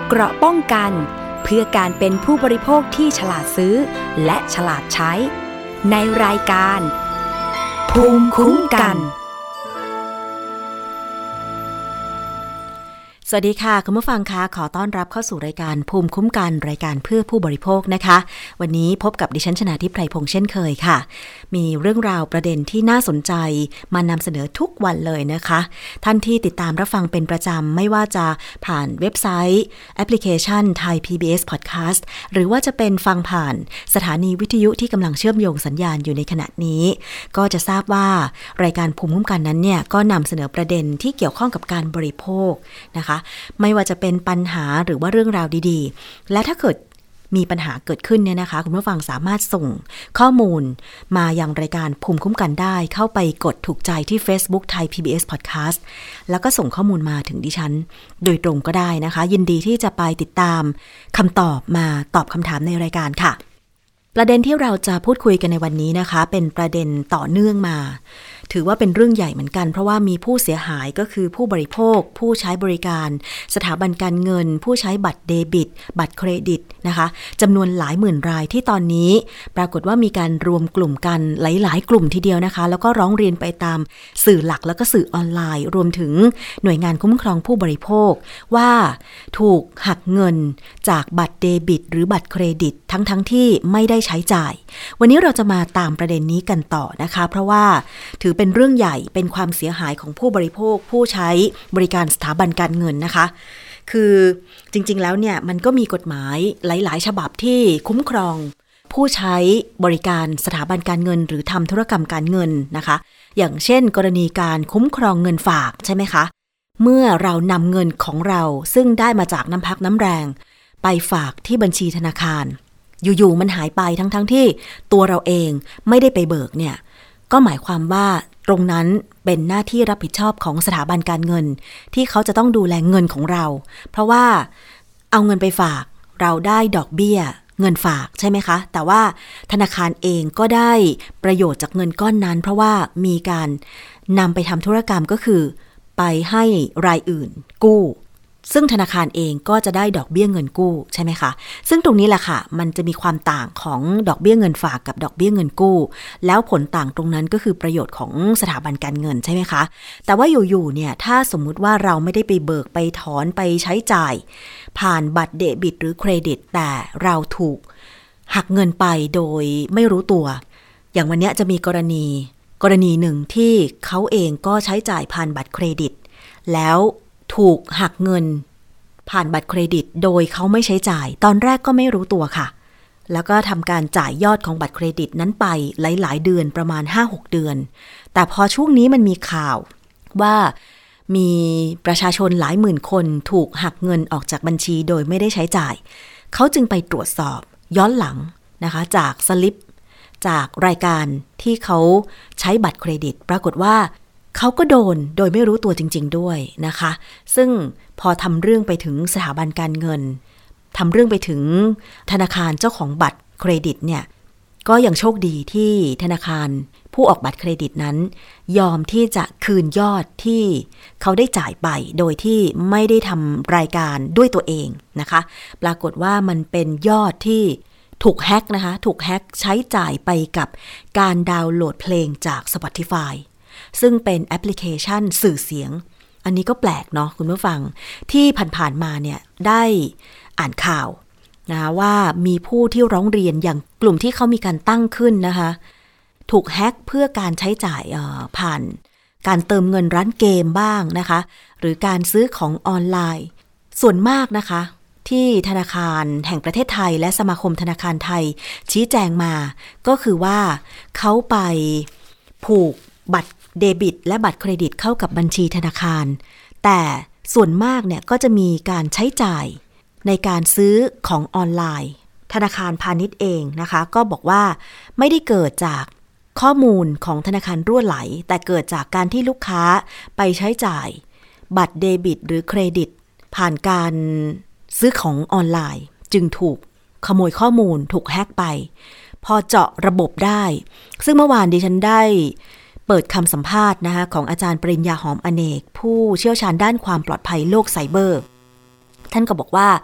เกราะป้องกันเพื่อการเป็นผู้บริโภคที่ฉลาดซื้อและฉลาดใช้ในรายการภูมิคุ้มกันสวัสดีค่ะคุณผู้ฟังคะขอต้อนรับเข้าสู่รายการภูมิคุ้มกันรายการเพื่อผู้บริโภคนะคะวันนี้พบกับดิฉันชนาธิป ไพรพงษ์เช่นเคยค่ะมีเรื่องราวประเด็นที่น่าสนใจมานำเสนอทุกวันเลยนะคะท่านที่ติดตามรับฟังเป็นประจำไม่ว่าจะผ่านเว็บไซต์แอปพลิเคชัน Thai PBS Podcast หรือว่าจะเป็นฟังผ่านสถานีวิทยุที่กำลังเชื่อมโยงสัญญาณอยู่ในขณะนี้ก็จะทราบว่ารายการภูมิคุ้มกันนั้นเนี่ยก็นำเสนอประเด็นที่เกี่ยวข้องกับการบริโภคนะคะไม่ว่าจะเป็นปัญหาหรือว่าเรื่องราวดีๆและถ้าเกิดมีปัญหาเกิดขึ้นเนี่ยนะคะคุณผู้ฟังสามารถส่งข้อมูลมายังรายการภูมิคุ้มกันได้เข้าไปกดถูกใจที่ Facebook Thai PBS Podcast แล้วก็ส่งข้อมูลมาถึงดิฉันโดยตรงก็ได้นะคะยินดีที่จะไปติดตามคำตอบมาตอบคำถามในรายการค่ะประเด็นที่เราจะพูดคุยกันในวันนี้นะคะเป็นประเด็นต่อเนื่องมาถือว่าเป็นเรื่องใหญ่เหมือนกันเพราะว่ามีผู้เสียหายก็คือผู้บริโภคผู้ใช้บริการสถาบันการเงินผู้ใช้บัตรเดบิตบัตรเครดิตนะคะจำนวนหลายหมื่นรายที่ตอนนี้ปรากฏว่ามีการรวมกลุ่มกันหลายๆกลุ่มทีเดียวนะคะแล้วก็ร้องเรียนไปตามสื่อหลักแล้วก็สื่อออนไลน์รวมถึงหน่วยงานคุ้มครองผู้บริโภคว่าถูกหักเงินจากบัตรเดบิตหรือบัตรเครดิตทั้งที่ไม่ได้ใช้จ่ายวันนี้เราจะมาตามประเด็นนี้กันต่อนะคะเพราะว่าถือเป็นเรื่องใหญ่เป็นความเสียหายของผู้บริโภคผู้ใช้บริการสถาบันการเงินนะคะคือจริงๆแล้วเนี่ยมันก็มีกฎหมายหลายๆฉบับที่คุ้มครองผู้ใช้บริการสถาบันการเงินหรือทำธุรกรรมการเงินนะคะอย่างเช่นกรณีการคุ้มครองเงินฝากใช่ไหมคะเมื่อเรานำเงินของเราซึ่งได้มาจากน้ำพักน้ำแรงไปฝากที่บัญชีธนาคารอยู่ๆมันหายไปทั้งที่ตัวเราเองไม่ได้ไปเบิกเนี่ยก็หมายความว่าตรงนั้นเป็นหน้าที่รับผิดชอบของสถาบันการเงินที่เขาจะต้องดูแลเงินของเราเพราะว่าเอาเงินไปฝากเราได้ดอกเบี้ยเงินฝากใช่ไหมคะแต่ว่าธนาคารเองก็ได้ประโยชน์จากเงินก้อนนั้นเพราะว่ามีการนำไปทำธุรกรรมก็คือไปให้รายอื่นกู้ซึ่งธนาคารเองก็จะได้ดอกเบี้ยเงินกู้ใช่ไหมคะซึ่งตรงนี้แหละค่ะมันจะมีความต่างของดอกเบี้ยเงินฝากกับดอกเบี้ยเงินกู้แล้วผลต่างตรงนั้นก็คือประโยชน์ของสถาบันการเงินใช่ไหมคะแต่ว่าอยู่ๆเนี่ยถ้าสมมุติว่าเราไม่ได้ไปเบิกไปถอนไปใช้จ่ายผ่านบัตรเดบิตหรือเครดิตแต่เราถูกหักเงินไปโดยไม่รู้ตัวอย่างวันนี้จะมีกรณีหนึ่งที่เขาเองก็ใช้จ่ายผ่านบัตรเครดิตแล้วถูกหักเงินผ่านบัตรเครดิตโดยเขาไม่ใช้จ่ายตอนแรกก็ไม่รู้ตัวค่ะแล้วก็ทำการจ่ายยอดของบัตรเครดิตนั้นไปหลายๆเดือนประมาณ 5-6 เดือนแต่พอช่วงนี้มันมีข่าวว่ามีประชาชนหลายหมื่นคนถูกหักเงินออกจากบัญชีโดยไม่ได้ใช้จ่ายเขาจึงไปตรวจสอบย้อนหลังนะคะจากสลิปจากรายการที่เขาใช้บัตรเครดิตปรากฏว่าเขาก็โดนโดยไม่รู้ตัวจริงๆด้วยนะคะซึ่งพอทำเรื่องไปถึงสถาบันการเงินทำเรื่องไปถึงธนาคารเจ้าของบัตรเครดิตเนี่ยก็ยังโชคดีที่ธนาคารผู้ออกบัตรเครดิตนั้นยอมที่จะคืนยอดที่เขาได้จ่ายไปโดยที่ไม่ได้ทำรายการด้วยตัวเองนะคะปรากฏว่ามันเป็นยอดที่ถูกแฮ็กนะคะถูกแฮ็กใช้จ่ายไปกับการดาวน์โหลดเพลงจาก Spotifyซึ่งเป็นแอปพลิเคชันสื่อเสียงอันนี้ก็แปลกเนาะคุณผู้ฟังที่ผ่านๆมาเนี่ยได้อ่านข่าวนะว่ามีผู้ที่ร้องเรียนอย่างกลุ่มที่เขามีการตั้งขึ้นนะคะถูกแฮ็กเพื่อการใช้จ่ายผ่านการเติมเงินร้านเกมบ้างนะคะหรือการซื้อของออนไลน์ส่วนมากนะคะที่ธนาคารแห่งประเทศไทยและสมาคมธนาคารไทยชี้แจงมาก็คือว่าเขาไปผูกบัตรเดบิตและบัตรเครดิตเข้ากับบัญชีธนาคารแต่ส่วนมากเนี่ยก็จะมีการใช้จ่ายในการซื้อของออนไลน์ธนาคารพาณิชย์เองนะคะก็บอกว่าไม่ได้เกิดจากข้อมูลของธนาคารรั่วไหลแต่เกิดจากการที่ลูกค้าไปใช้จ่ายบัตรเดบิตหรือเครดิตผ่านการซื้อของออนไลน์จึงถูกขโมยข้อมูลถูกแฮ็กไปพอเจาะระบบได้ซึ่งเมื่อวานดิฉันได้เปิดคำสัมภาษณ์นะคะของอาจารย์ปริญญาหอมอเนกผู้เชี่ยวชาญด้านความปลอดภัยโลกไซเบอร์ท่านก็บอกว่า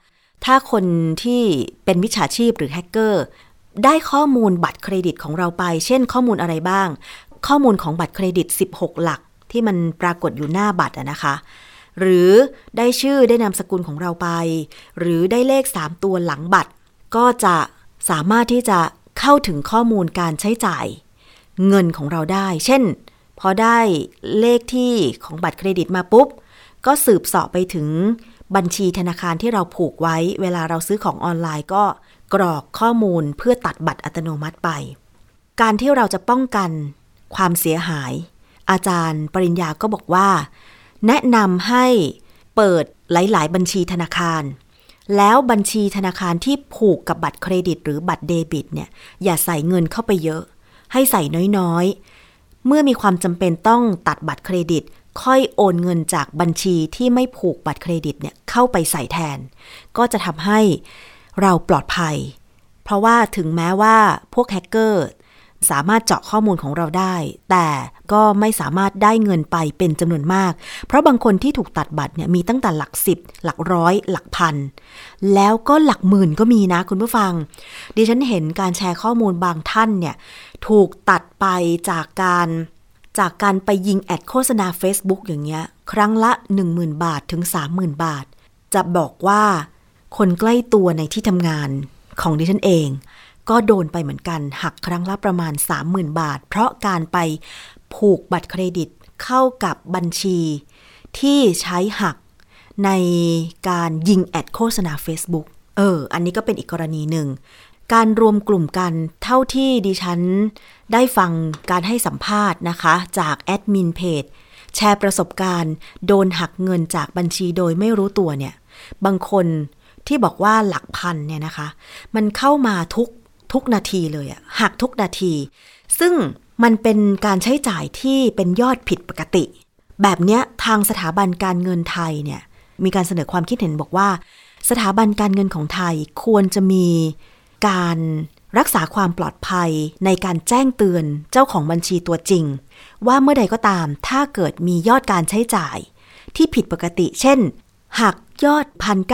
ถ้าคนที่เป็นมิจฉาชีพหรือแฮกเกอร์ได้ข้อมูลบัตรเครดิตของเราไปเช่นข้อมูลอะไรบ้างข้อมูลของบัตรเครดิต16หลักที่มันปรากฏอยู่หน้าบัตรนะคะหรือได้ชื่อได้นามสกุลของเราไปหรือได้เลข3ตัวหลังบัตรก็จะสามารถที่จะเข้าถึงข้อมูลการใช้จ่ายเงินของเราได้เช่นพอได้เลขที่ของบัตรเครดิตมาปุ๊บก็สืบเสาะไปถึงบัญชีธนาคารที่เราผูกไว้เวลาเราซื้อของออนไลน์ก็กรอกข้อมูลเพื่อตัดบัตรอัตโนมัติไปการที่เราจะป้องกันความเสียหายอาจารย์ปริญญาก็บอกว่าแนะนำให้เปิดหลายๆบัญชีธนาคารแล้วบัญชีธนาคารที่ผูกกับบัตรเครดิตหรือบัตรเดบิตเนี่ยอย่าใส่เงินเข้าไปเยอะให้ใส่น้อยๆเมื่อมีความจำเป็นต้องตัดบัตรเครดิตค่อยโอนเงินจากบัญชีที่ไม่ผูกบัตรเครดิตเนี่ยเข้าไปใส่แทนก็จะทำให้เราปลอดภัยเพราะว่าถึงแม้ว่าพวกแฮกเกอร์สามารถเจาะข้อมูลของเราได้แต่ก็ไม่สามารถได้เงินไปเป็นจำนวนมากเพราะบางคนที่ถูกตัดบัตรเนี่ยมีตั้งแต่หลัก10หลักร้อยหลักพันแล้วก็หลักหมื่นก็มีนะคุณผู้ฟังดิฉันเห็นการแชร์ข้อมูลบางท่านเนี่ยถูกตัดไปจากการไปยิงแอดโฆษณา Facebook อย่างเงี้ยครั้งละ 10,000 บาทถึง 30,000 บาทจะบอกว่าคนใกล้ตัวในที่ทำงานของดิฉันเองก็โดนไปเหมือนกันหักครั้งละประมาณ 30,000 บาทเพราะการไปผูกบัตรเครดิตเข้ากับบัญชีที่ใช้หักในการยิงแอดโฆษณา Facebook อันนี้ก็เป็นอีกกรณีหนึ่งการรวมกลุ่มกันเท่าที่ดิฉันได้ฟังการให้สัมภาษณ์นะคะจากแอดมินเพจแชร์ประสบการณ์โดนหักเงินจากบัญชีโดยไม่รู้ตัวเนี่ยบางคนที่บอกว่าหลักพันเนี่ยนะคะมันเข้ามาทุกนาทีเลยอะหักทุกนาทีซึ่งมันเป็นการใช้จ่ายที่เป็นยอดผิดปกติแบบเนี้ยทางสถาบันการเงินไทยเนี่ยมีการเสนอความคิดเห็นบอกว่าสถาบันการเงินของไทยควรจะมีการรักษาความปลอดภัยในการแจ้งเตือนเจ้าของบัญชีตัวจริงว่าเมื่อใดก็ตามถ้าเกิดมียอดการใช้จ่ายที่ผิดปกติเช่นหักยอด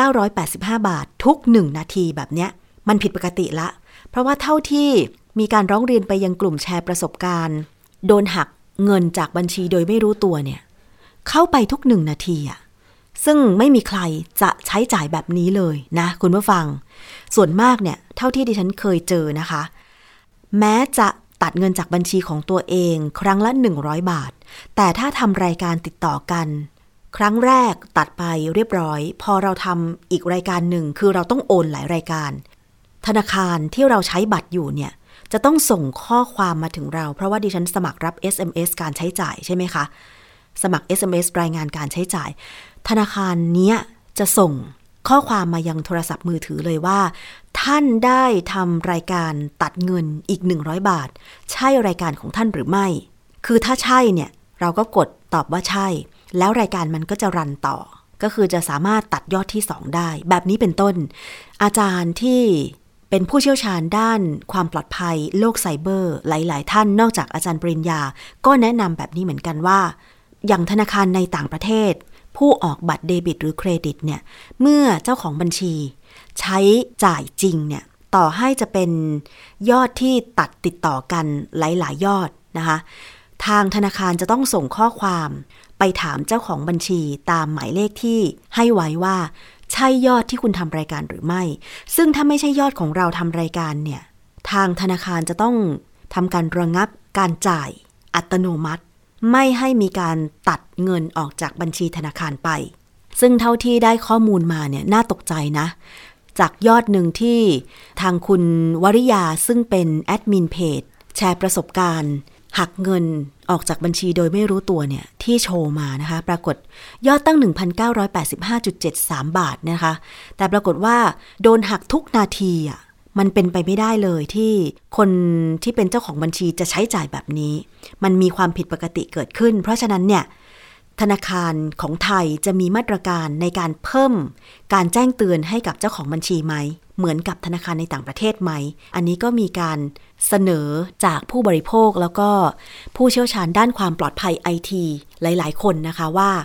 1,985 บาททุก1นาทีแบบเนี้ยมันผิดปกติละเพราะว่าเท่าที่มีการร้องเรียนไปยังกลุ่มแชร์ประสบการณ์โดนหักเงินจากบัญชีโดยไม่รู้ตัวเนี่ยเข้าไปทุก1นาทีอะซึ่งไม่มีใครจะใช้จ่ายแบบนี้เลยนะคุณผู้ฟังส่วนมากเนี่ยเท่าที่ดิฉันเคยเจอนะคะแม้จะตัดเงินจากบัญชีของตัวเองครั้งละ100 บาทแต่ถ้าทำรายการติดต่อกันครั้งแรกตัดไปเรียบร้อยพอเราทำอีกรายการหนึ่งคือเราต้องโอนหลายรายการธนาคารที่เราใช้บัตรอยู่เนี่ยจะต้องส่งข้อความมาถึงเราเพราะว่าดิฉันสมัครรับ SMS การใช้จ่ายใช่ไหมคะสมัคร SMS รายงานการใช้จ่ายธนาคารเนี้ยจะส่งข้อความมายังโทรศัพท์มือถือเลยว่าท่านได้ทำรายการตัดเงินอีก100 บาทใช่รายการของท่านหรือไม่คือถ้าใช่เนี่ยเราก็กดตอบว่าใช่แล้วรายการมันก็จะรันต่อก็คือจะสามารถตัดยอดที่2ได้แบบนี้เป็นต้นอาจารย์ที่เป็นผู้เชี่ยวชาญด้านความปลอดภัยโลกไซเบอร์หลายๆท่านนอกจากอาจารย์ปริญญาก็แนะนำแบบนี้เหมือนกันว่าอย่างธนาคารในต่างประเทศผู้ออกบัตรเดบิตหรือเครดิตเนี่ยเมื่อเจ้าของบัญชีใช้จ่ายจริงเนี่ยต่อให้จะเป็นยอดที่ตัดติดต่อกันหลายๆยอดนะคะทางธนาคารจะต้องส่งข้อความไปถามเจ้าของบัญชีตามหมายเลขที่ให้ไว้ว่าใช่ยอดที่คุณทำรายการหรือไม่ซึ่งถ้าไม่ใช่ยอดของเราทำรายการเนี่ยทางธนาคารจะต้องทำการระงับการจ่ายอัตโนมัติไม่ให้มีการตัดเงินออกจากบัญชีธนาคารไปซึ่งเท่าที่ได้ข้อมูลมาเนี่ยน่าตกใจนะจากยอดหนึ่งที่ทางคุณวริยาซึ่งเป็นแอดมินเพจแชร์ประสบการณ์หักเงินออกจากบัญชีโดยไม่รู้ตัวเนี่ยที่โชว์มานะคะปรากฏยอดตั้ง 1,985.73 บาทนะคะแต่ปรากฏว่าโดนหักทุกนาทีอ่ะมันเป็นไปไม่ได้เลยที่คนที่เป็นเจ้าของบัญชีจะใช้จ่ายแบบนี้มันมีความผิดปกติเกิดขึ้นเพราะฉะนั้นเนี่ยธนาคารของไทยจะมีมาตรการในการเพิ่มการแจ้งเตือนให้กับเจ้าของบัญชีไหมเหมือนกับธนาคารในต่างประเทศไหมอันนี้ก็มีการเสนอจากผู้บริโภคแล้วก็ผู้เชี่ยวชาญด้านความปลอดภัย IT หลายๆคนนะคะว่า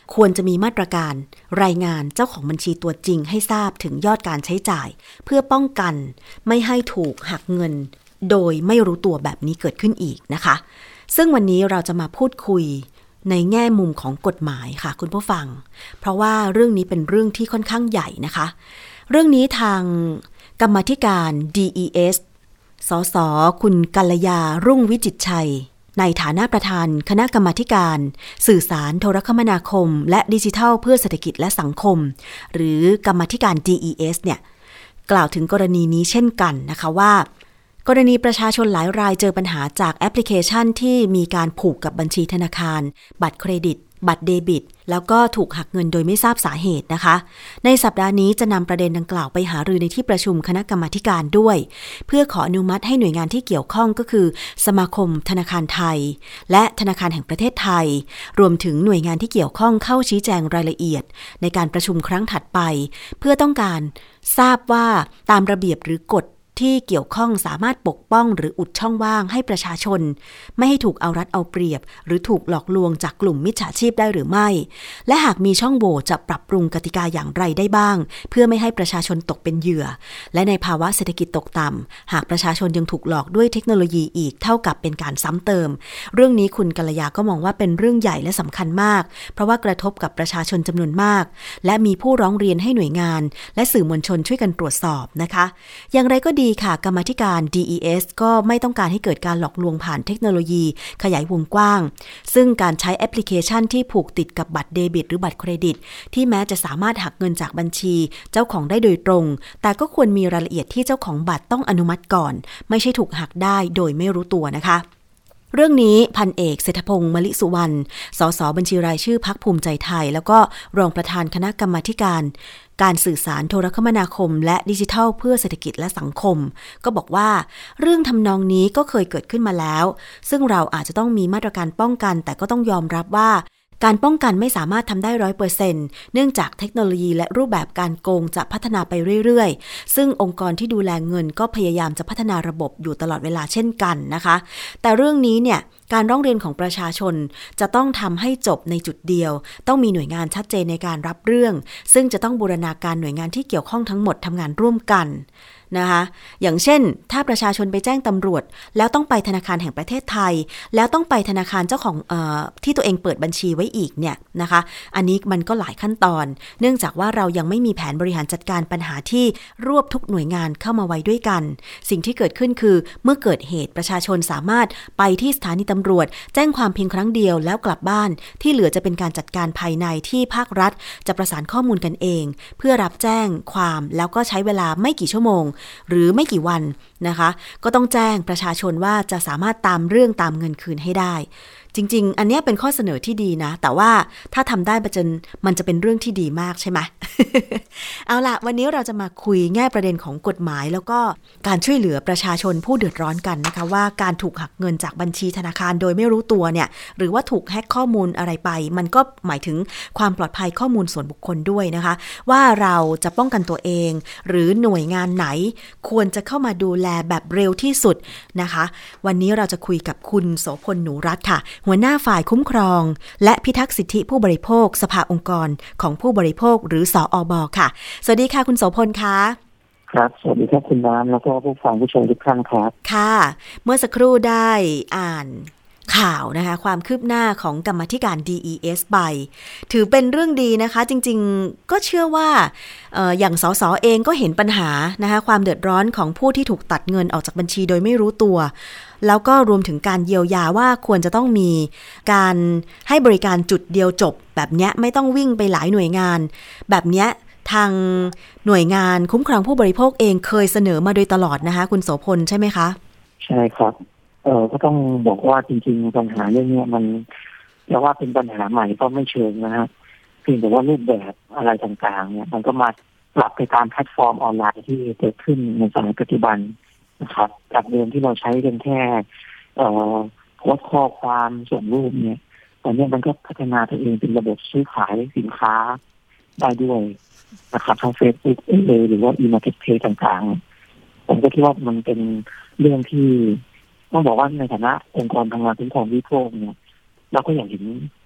ควรจะมีมาตรการรายงานเจ้าของบัญชีตัวจริงให้ทราบถึงยอดการใช้จ่ายเพื่อป้องกันไม่ให้ถูกหักเงินโดยไม่รู้ตัวแบบนี้เกิดขึ้นอีกนะคะซึ่งวันนี้เราจะมาพูดคุยในแง่มุมของกฎหมายค่ะคุณผู้ฟังเพราะว่าเรื่องนี้เป็นเรื่องที่ค่อนข้างใหญ่นะคะเรื่องนี้ทางกรรมาธิการ DES สส.คุณกัลยารุ่งวิจิตรชัยในฐานะประธานคณะกรรมาธิการสื่อสารโทรคมนาคมและดิจิทัลเพื่อเศรษฐกิจและสังคมหรือกรรมาธิการ DES เนี่ยกล่าวถึงกรณีนี้เช่นกันนะคะว่ากรณีประชาชนหลายรายเจอปัญหาจากแอปพลิเคชันที่มีการผูกกับบัญชีธนาคารบัตรเครดิตบัตรเดบิตแล้วก็ถูกหักเงินโดยไม่ทราบสาเหตุนะคะในสัปดาห์นี้จะนำประเด็นดังกล่าวไปหารือในที่ประชุมคณะกรรมาธิการด้วยเพื่อขออนุมัติให้หน่วยงานที่เกี่ยวข้องก็คือสมาคมธนาคารไทยและธนาคารแห่งประเทศไทยรวมถึงหน่วยงานที่เกี่ยวข้องเข้าชี้แจงรายละเอียดในการประชุมครั้งถัดไปเพื่อต้องการทราบว่าตามระเบียบหรือกฎที่เกี่ยวข้องสามารถปกป้องหรืออุดช่องว่างให้ประชาชนไม่ให้ถูกเอารัดเอาเปรียบหรือถูกหลอกลวงจากกลุ่มมิจฉาชีพได้หรือไม่และหากมีช่องโหว่จะปรับปรุงกติกาอย่างไรได้บ้างเพื่อไม่ให้ประชาชนตกเป็นเหยื่อและในภาวะเศรษฐกิจตกต่ำหากประชาชนยังถูกหลอกด้วยเทคโนโลยีอีกเท่ากับเป็นการซ้ำเติมเรื่องนี้คุณกัลยาก็มองว่าเป็นเรื่องใหญ่และสำคัญมากเพราะว่ากระทบกับประชาชนจำนวนมากและมีผู้ร้องเรียนให้หน่วยงานและสื่อมวลชนช่วยกันตรวจสอบนะคะอย่างไรก็ดีค่ะกรรมาธิการ DES ก็ไม่ต้องการให้เกิดการหลอกลวงผ่านเทคโนโลยีขยายวงกว้างซึ่งการใช้แอปพลิเคชันที่ผูกติดกับบัตรเดบิตหรือบัตรเครดิตที่แม้จะสามารถหักเงินจากบัญชีเจ้าของได้โดยตรงแต่ก็ควรมีรายละเอียดที่เจ้าของบัตรต้องอนุมัติก่อนไม่ใช่ถูกหักได้โดยไม่รู้ตัวนะคะเรื่องนี้พันเอกเศรษฐพงษ์มลิสุวรรณสสบัญชีรายชื่อพรรคภูมิใจไทยแล้วก็รองประธานคณะกรรมาธิการการสื่อสารโทรคมนาคมและดิจิทัลเพื่อเศรษฐกิจและสังคมก็บอกว่าเรื่องทำนองนี้ก็เคยเกิดขึ้นมาแล้วซึ่งเราอาจจะต้องมีมาตรการป้องกันแต่ก็ต้องยอมรับว่าการป้องกันไม่สามารถทำได้ 100% เนื่องจากเทคโนโลยีและรูปแบบการโกงจะพัฒนาไปเรื่อยๆซึ่งองค์กรที่ดูแลเงินก็พยายามจะพัฒนาระบบอยู่ตลอดเวลาเช่นกันนะคะแต่เรื่องนี้เนี่ยการร้องเรียนของประชาชนจะต้องทำให้จบในจุดเดียวต้องมีหน่วยงานชัดเจนในการรับเรื่องซึ่งจะต้องบูรณาการหน่วยงานที่เกี่ยวข้องทั้งหมดทำงานร่วมกันนะคะอย่างเช่นถ้าประชาชนไปแจ้งตำรวจแล้วต้องไปธนาคารแห่งประเทศไทยแล้วต้องไปธนาคารเจ้าของที่ตัวเองเปิดบัญชีไว้อีกเนี่ยนะคะอันนี้มันก็หลายขั้นตอนเนื่องจากว่าเรายังไม่มีแผนบริหารจัดการปัญหาที่รวบทุกหน่วยงานเข้ามาไว้ด้วยกันสิ่งที่เกิดขึ้นคือเมื่อเกิดเหตุประชาชนสามารถไปที่สถานีตำรวจแจ้งความเพียงครั้งเดียวแล้วกลับบ้านที่เหลือจะเป็นการจัดการภายในที่ภาครัฐจะประสานข้อมูลกันเองเพื่อรับแจ้งความแล้วก็ใช้เวลาไม่กี่ชั่วโมงหรือไม่กี่วันนะคะก็ต้องแจ้งประชาชนว่าจะสามารถตามเรื่องตามเงินคืนให้ได้จริงๆอันนี้เป็นข้อเสนอที่ดีนะแต่ว่าถ้าทำได้มันจะเป็นเรื่องที่ดีมากใช่ไหม เอาล่ะวันนี้เราจะมาคุยแง่ประเด็นของกฎหมายแล้วก็การช่วยเหลือประชาชนผู้เดือดร้อนกันนะคะว่าการถูกหักเงินจากบัญชีธนาคารโดยไม่รู้ตัวเนี่ยหรือว่าถูกแฮ็กข้อมูลอะไรไปมันก็หมายถึงความปลอดภัยข้อมูลส่วนบุคคลด้วยนะคะว่าเราจะป้องกันตัวเองหรือหน่วยงานไหนควรจะเข้ามาดูแลแบบเร็วที่สุดนะคะวันนี้เราจะคุยกับคุณโสพลหนูรัตน์ค่ะหัวหน้าฝ่ายคุ้มครองและพิทักษ์สิทธิผู้บริโภคสภาองค์กรของผู้บริโภคหรือสอบ.ค่ะสวัสดีค่ะคุณโสพลค่ะครับสวัสดีครับคุณน้ำแล้วก็ผู้ฟังผู้ชมทุกท่านครับค่ะเมื่อสักครู่ได้อ่านข่าวนะคะความคืบหน้าของกรรมาธิการ DES ไปถือเป็นเรื่องดีนะคะจริงๆก็เชื่อว่าอย่างสสเองก็เห็นปัญหานะคะความเดือดร้อนของผู้ที่ถูกตัดเงินออกจากบัญชีโดยไม่รู้ตัวแล้วก็รวมถึงการเยียวยาว่าควรจะต้องมีการให้บริการจุดเดียวจบแบบนี้ไม่ต้องวิ่งไปหลายหน่วยงานแบบนี้ทางหน่วยงานคุ้มครองผู้บริโภคเองเคยเสนอมาโดยตลอดนะคะคุณโสพลใช่ไหมคะใช่ครับก็ต้องบอกว่าจริงๆปัญหาเรื่องนี้มันจะว่าเป็นปัญหาใหม่ก็ไม่เชิงนะฮะเพียงแต่ว่ารูปแบบอะไรต่างๆเนี่ยมันก็มาปรับไปตามแพลตฟอร์มออนไลน์ที่เกิดขึ้นในสมัยปัจจุบันนะครับจากเดิมที่เราใช้กันแค่โพสต์ข้อความส่งรูปเนี่ยตอนนี้มันก็พัฒนาตัวเองเป็นระบบซื้อขายสินค้าได้ด้วยนะครับทาง Facebook หรือว่า e-marketplace ต่างๆผมก็คิดว่ามันเป็นเรื่องที่ต้องบอกว่าในฐานะองค์กรทำงานคุ้มครองผู้บริโภคเนี่ยเราก็อยากเห็น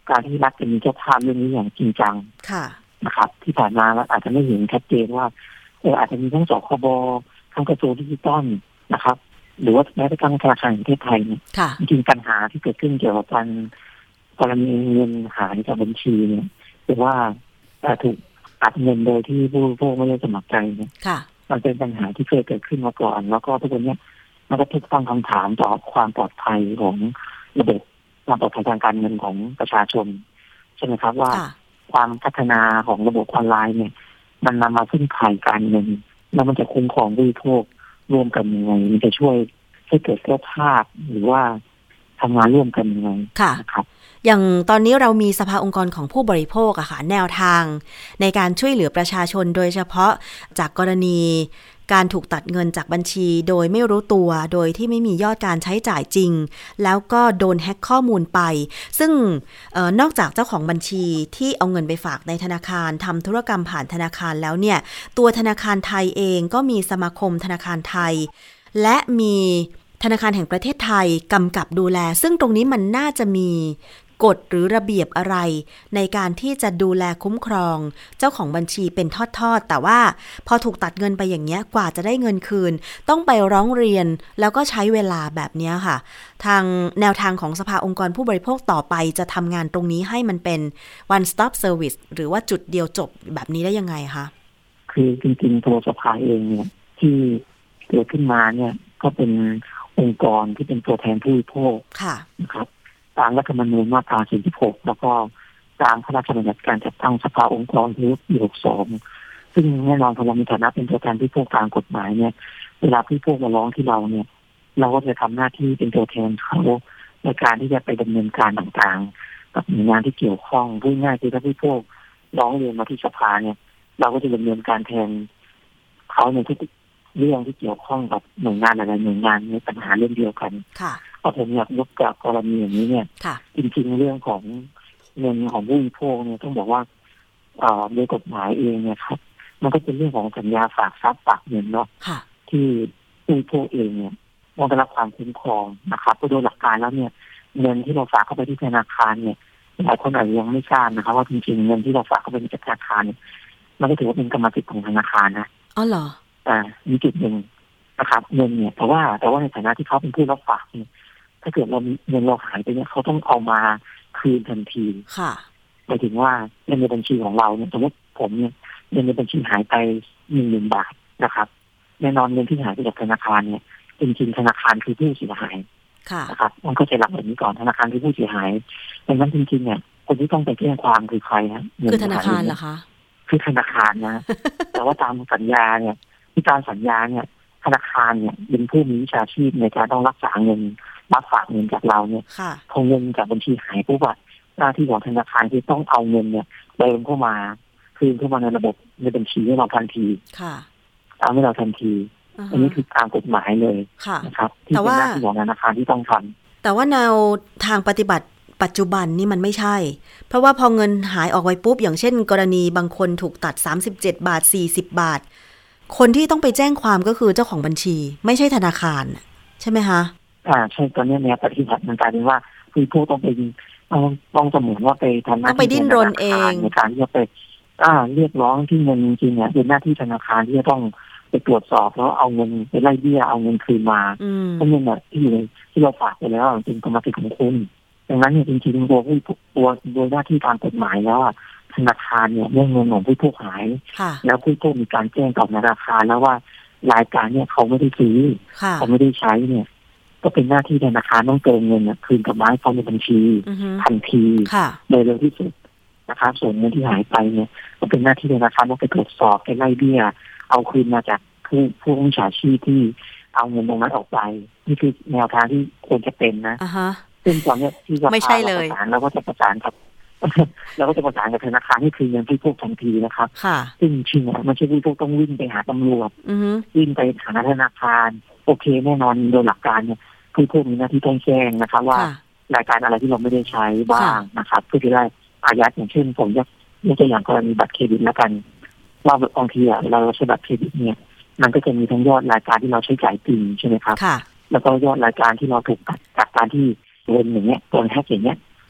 การที่รัฐจะมีเจ้าภาพเรื่องนี้อย่างจริงจังนะครับที่ผ่านมาอาจจะไม่เห็นชัดเจนว่าอาจจะมีทั้งสคบทั้งกระทรวงดิจิทัลนะครับหรือว่าแม้แต่ธนาคารแห่งประเทศไทยเนี่ยจริงๆปัญหาที่เกิดขึ้นเกี่ยวกับการกรณีเงินหายจากบัญชีเนี่ยหรือว่าถูกตัดเงินโดยที่ผู้บริโภคไม่ได้สมัครใจเนี่ยมันเป็นปัญหาที่เคยเกิดขึ้นมาก่อนแล้วก็ทุกวันนี้มันก็ถูกตั้งคำถามต่อความปลอดภัยของระบบความปลอดภัยทางการเงินของประชาชนใช่ไหมครับว่าความพัฒนาของระบบออนไลน์เนี่ยมันนำมาซึ่งภัยการเงินแล้วมันจะคุ้มครองผู้บริโภคร่วมกันยังไงมันจะช่วยให้เกิดเสถียรภาพหรือว่าทำงานร่วมกันยังไงนะครับอย่างตอนนี้เรามีสภาองค์กรของผู้บริโภคอะค่ะแนวทางในการช่วยเหลือประชาชนโดยเฉพาะจากกรณีการถูกตัดเงินจากบัญชีโดยไม่รู้ตัวโดยที่ไม่มียอดการใช้จ่ายจริงแล้วก็โดนแฮ็กข้อมูลไปซึ่งนอกจากเจ้าของบัญชีที่เอาเงินไปฝากในธนาคารทำธุรกรรมผ่านธนาคารแล้วเนี่ยตัวธนาคารไทยเองก็มีสมาคมธนาคารไทยและมีธนาคารแห่งประเทศไทยกำกับดูแลซึ่งตรงนี้มันน่าจะมีกฎหรือระเบียบอะไรในการที่จะดูแลคุ้มครองเจ้าของบัญชีเป็นทอดๆแต่ว่าพอถูกตัดเงินไปอย่างเงี้ยกว่าจะได้เงินคืนต้องไปร้องเรียนแล้วก็ใช้เวลาแบบนี้ค่ะทางแนวทางของสภาองค์กรผู้บริโภคต่อไปจะทำงานตรงนี้ให้มันเป็น one stop service หรือว่าจุดเดียวจบแบบนี้ได้ยังไงคะคือจริงๆตัวสภาเองเนี่ยที่เกิดขึ้นมาเนี่ยก็เป็นองค์กรที่เป็นตัวแทนผู้บริโภคนะครับตามรัฐธรรมนูญมาตรา 46 แล้วก็ตามพระราชบัญญัติการจัดตั้งสภาองค์กรปี 62 ซึ่งแน่นอนพอเรามีฐานะเป็นตัวแทนผู้บริโภคตามกฎหมายเนี่ยเวลาผู้บริโภคมาร้องที่เราเนี่ยเราก็จะทำหน้าที่เป็นตัวแทนเขาในการที่จะไปดำเนินการต่างๆกับหน่วยงานที่เกี่ยวข้องพูดง่ายคือถ้าผู้บริโภคร้องเรียนมาที่สภาเนี่ยเราก็จะดำเนินการแทนเขาในทุกเรื่องที่เกี่ยวข้องกับหน่วยงานอะไรหน่วยงานในปัญหาเรื่องเดียวกันเพราะผมอยากยกจากกรณีอย่างนี้เนี่ยจริงๆเรื่องของเงินของผู้บริโภคเนี่ยต้องบอกว่าโดยกฎหมายเองเนี่ยครับมันก็เป็นเรื่องของสัญญาฝากทรัพย์ฝากเงินเนาะที่ผู้บริโภคเองเนี่ยต้องได้รับความคุ้มครองนะครับโดยหลักการแล้วเนี่ยเงินที่เราฝากเข้าไปที่ธนาคารเนี่ยหลายคนอาจจะยังไม่ทราบนะครับว่าจริงๆเงินที่เราฝากเข้าไปในธนาคารเนี่ยมันก็ถือว่าเป็นกรรมสิทธิ์ของธนาคารนะอ๋อเหรอมีจุดหนึ่งนะครับเงินเนี่ยแต่ว่าในฐานะที่เขาเป็นผู้รับฝากเนี่ยถ้าเกิดเราเงินเราหายไปเนี่ยเขาต้องเอามาคืนทันทีค่ะหมายถึงว่าเงินในบัญชีของเราเนี่ยสมมติผมเนี่ยเงินในบัญชีหายไป 10,000 บาทนะครับแน่นอนเงินที่หายไปจากธนาคารเนี่ยจริงๆธนาคารคือผู้เสียหายนะครับมันก็จะหลักแบบนี้ก่อนธนาคารคือผู้เสียหายดังนั้นจริงๆเนี่ยคนที่ต้องไปแจ้งความคือใครฮะคือธนาคารเหรอคะคือธนาคารนะ แต่ว่าตามสัญญาเนี่ยที่การสัญญาเนี่ยธนาคารเนี่ยเป็นผู้มีวิชาชีพในการต้องรักษาเงินรับฝากเงินจากเราเนี่ยพอเงินจากบัญชีหายปุ๊บอะหน้าที่ของธนาคารที่ต้องเอาเงินเนี่ยเติมเข้ามาคืนเข้ามาในระบบในบัญชีให้เราทันทีเอาให้เราทันทีอันนี้คือตามกฎหมายเลยนะครับที่เป็นหน้าที่ของธนาคารที่ต้องทำแต่ว่าแนวทางปฏิบัติปัจจุบันนี่มันไม่ใช่เพราะว่าพอเงินหายออกไปปุ๊บอย่างเช่นกรณีบางคนถูกตัด37 บาท40 บาทคนที่ต้องไปแจ้งความก็คือเจ้าของบัญชีไม่ใช่ธนาคารใช่ไหมคะใช่ตอนนี้แนวปฏิบัติมันกลายเป็นว่าคือผู้ต้องไปต้องเสมือนว่าไปทำหน้าที่ไปดิ้นรนเองในการที่จะไปเรียกร้องที่เงินจริงๆเนี่ยเป็นหน้าที่ธนาคารที่จะต้องไปตรวจสอบแล้วเอาเงินไปไล่เบี้ยเอาเงินคืนมาเพราะเงินที่เราฝากไปแล้วจริงกรรมสิทธิ์ของคุณดังนั้นเนี่ยจริงๆตัวโดยหน้าที่ตามกฎหมายแล้วธนาคารเนี่ยเรื่องเงินของผู้ถูกหายแล้วผู้ถูกมีการแจ้งกับธนาคารแล้วว่ารายการเนี่ยเขาไม่ได้ซื้อเขาไม่ได้ใช้เนี่ยก็เป็นหน้าที่ธนาคารต้องเติมเงินคืนกลับมาให้เขาในบัญชีทันทีโดยเร็วที่สุดนะครับส่วนเงินที่หายไปเนี่ยก็เป็นหน้าที่ธนาคารต้องไปตรวจสอบไปไล่เบี้ยเอาคืนมาจากผู้มิจฉาชีพที่เอาเงินตรงนั้นออกไปนี่คือแนวทางที่ควรจะเป็นนะซึ่งตอนนี้ที่ไม่ใช่เลยเราก็จะประสานกับเราก็จะประสานกับธนาคารให้คืนเงินผู้ถูกทันทีนะครับซึ่งจริงๆมันไม่ใช่ผู้ถูกต้องวิ่งไปหาตำรวจวิ่งไปหาธนาคารโอเคแน่นอนโดยหลักการเนี่ยผู้ถูกมีหน้าที่ต้องแจ้งนะครับว่ารายการอะไรที่เราไม่ได้ใช้บ้างนะครับเพื่อที่ได้อายัดอย่างเช่นผมยกตัวอย่างกรณีบัตรเครดิตแล้วกันว่าบางทีเราใช้บัตรเครดิตเนี่ยมันก็จะมีทั้งยอดรายการที่เราใช้จ่ายจริงใช่ไหมครับแล้วก็ยอดรายการที่เราถูกตัดจากการที่โดนอย่างเงี้ยโดนแฮกอย่างเงี้ย